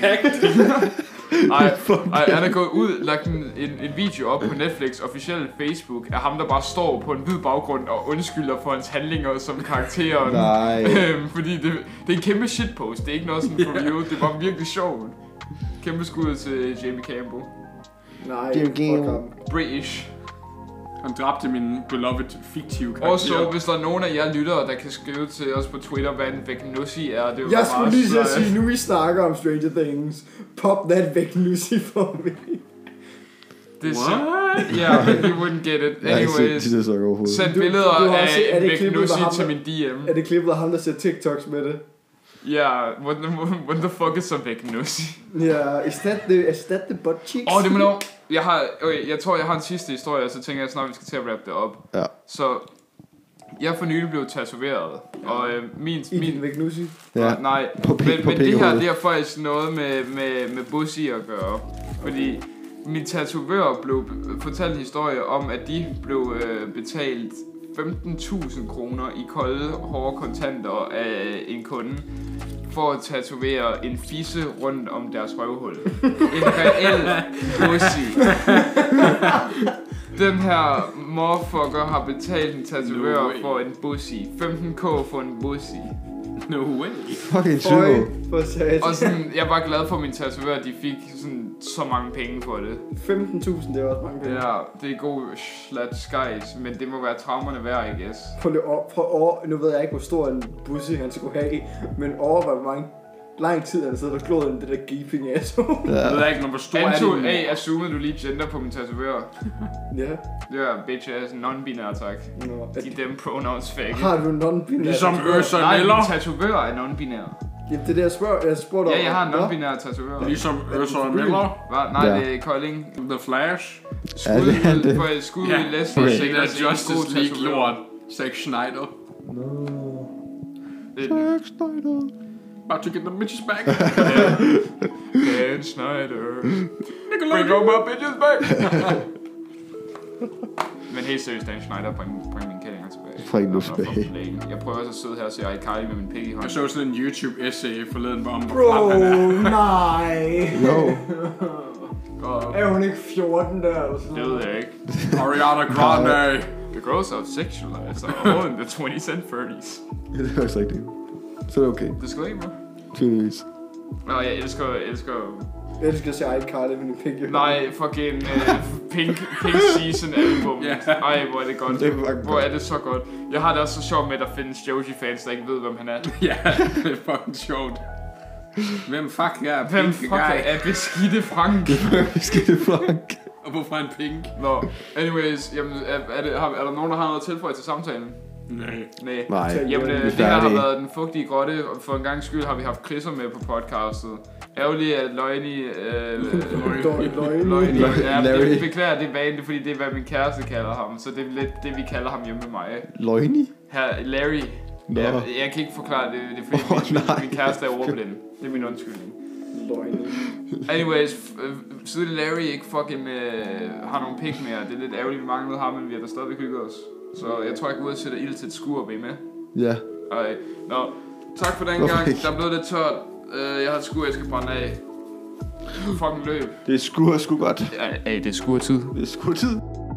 Ej, han er gået ud, lagt en video op på Netflix, officiel Facebook, af ham, der bare står på en hvid baggrund og undskylder for hans handlinger som karakteren. Nej. Fordi det er en kæmpe shitpost, det er ikke noget sådan for review, det var virkelig sjovt. Kæmpe skud til Jamie Campbell. Nej, British. Han dræbte min beloved fiktive karakter. Og så, hvis der er nogen af jer lyttere, der kan skrive til os på Twitter, hvad en Vecnussi er, det er jo jeg skulle lige så sige, nu vi snakker om Stranger Things, pop that Vecnussi for mig. Det er yeah, but you wouldn't get it. Anyways, send billeder af en Vecnussi til min DM. Er det klippet af ham, der ser TikToks med det? Ja, what the fuck is a Vecnussi? Ja, is that the butt cheeks? Det må nok. Jeg tror, jeg har en sidste historie, og så tænker jeg snart, vi skal til at wrap det op. Ja. Så, jeg for nylig blev tatoveret, og min Vecnussi? Ja. Nej, men det her, det er faktisk noget med Bussi at gøre. Fordi min tatovør blev fortalt en historie om, at de blev betalt 15.000 kroner i kolde, hårde kontanter af en kunde for at tatovere en fisse rundt om deres røvhul. En reel pussy. Den her motherfucker har betalt en tatovør for en bussy. 15k for en bussy. No way. Fucking psyko. Og sådan, jeg var glad for min tatovør, de fik sådan så mange penge for det. 15.000, det er også mange penge. Ja, det er god slat skies, men det må være traumerne værd, I guess. Nu ved jeg ikke, hvor stor en bussy han skulle have, men overvej, hvor mange lang tid han sidder og glod ind det der gaping ass. Jeg ved ikke, hvor stor er det. Assumede du lige gender på min tatovør? Ja. Ja, bitch ass, non-binær, tak. Giv dem pronouns fake. Har du non-binær? Ligesom Ursa Nej, Miller. min tatovør er non-binær. Jamen det der jeg spurgte om. Ja, jeg har en non-binær tatovør. Ligesom Ursa Miller. Nej, det er Kolding. The Flash. Skud ud i Leslie. Det er Justice League lort. Zack Snyder. Zack Snyder. About to get the bitches back. Dan Snyder. Bring all my bitches back. Men helt seriøst, Dan Snyder, bring mine kællinger tilbage. Bring nu tilbage. Jeg prøver også at sidde her og se iCarly med min pik i hånden. Jeg så sådan en YouTube-essay forleden, hvor han Bro, nej. No. Er hun ikke 14 der? Det ved jeg ikke. Ariana Grande. The girls are sexualized all in the 20s and 30s. Ja, det er faktisk rigtigt. Så er det okay. Disclaimer. Tydeligvis. Nå, jeg elsker Jeg skal se iCarly med min pik i hånden. Nej, fucking Pink Season album. Ej, hvor er det godt. Hvor er det så godt. Jeg har det også så sjovt med, at der findes Joji-fans, der ikke ved, hvem han er. Ja, det er fucking sjovt. Hvem fuck er Hvem fuck er Beskidte Frank? Beskidte Frank. Og hvorfor en pink? Nå, anyways, jamen, er der nogen, der har noget tilføje til samtalen? Nej. Jamen, det her har været den fugtige grotte, og for en gang skyld har vi haft Chris'er med på podcastet. Ærgerligt, at Løgni... Ja, det beklager det vanligt, fordi det er, hvad min kæreste kalder ham. Så det er lidt det, vi kalder ham hjemme med mig. Løgni? Larry. Ja, jeg kan ikke forklare det. Det er fordi min kæreste er ordblind. Det er min undskyldning. Anyways, siden Larry ikke fucking har nogen pik mere. Det er lidt ærgerligt, vi manglede ham, men vi har da stadig hygget os. Så jeg tror, jeg går ud og sætter ild til et skur, og er med. Ja. Nå, tak for den gang. Der er blevet lidt tørt. Jeg har et skur, jeg skal brænde af. Fucking løb. Det er skur godt. Ja, det er skurtid. Det er skurtid.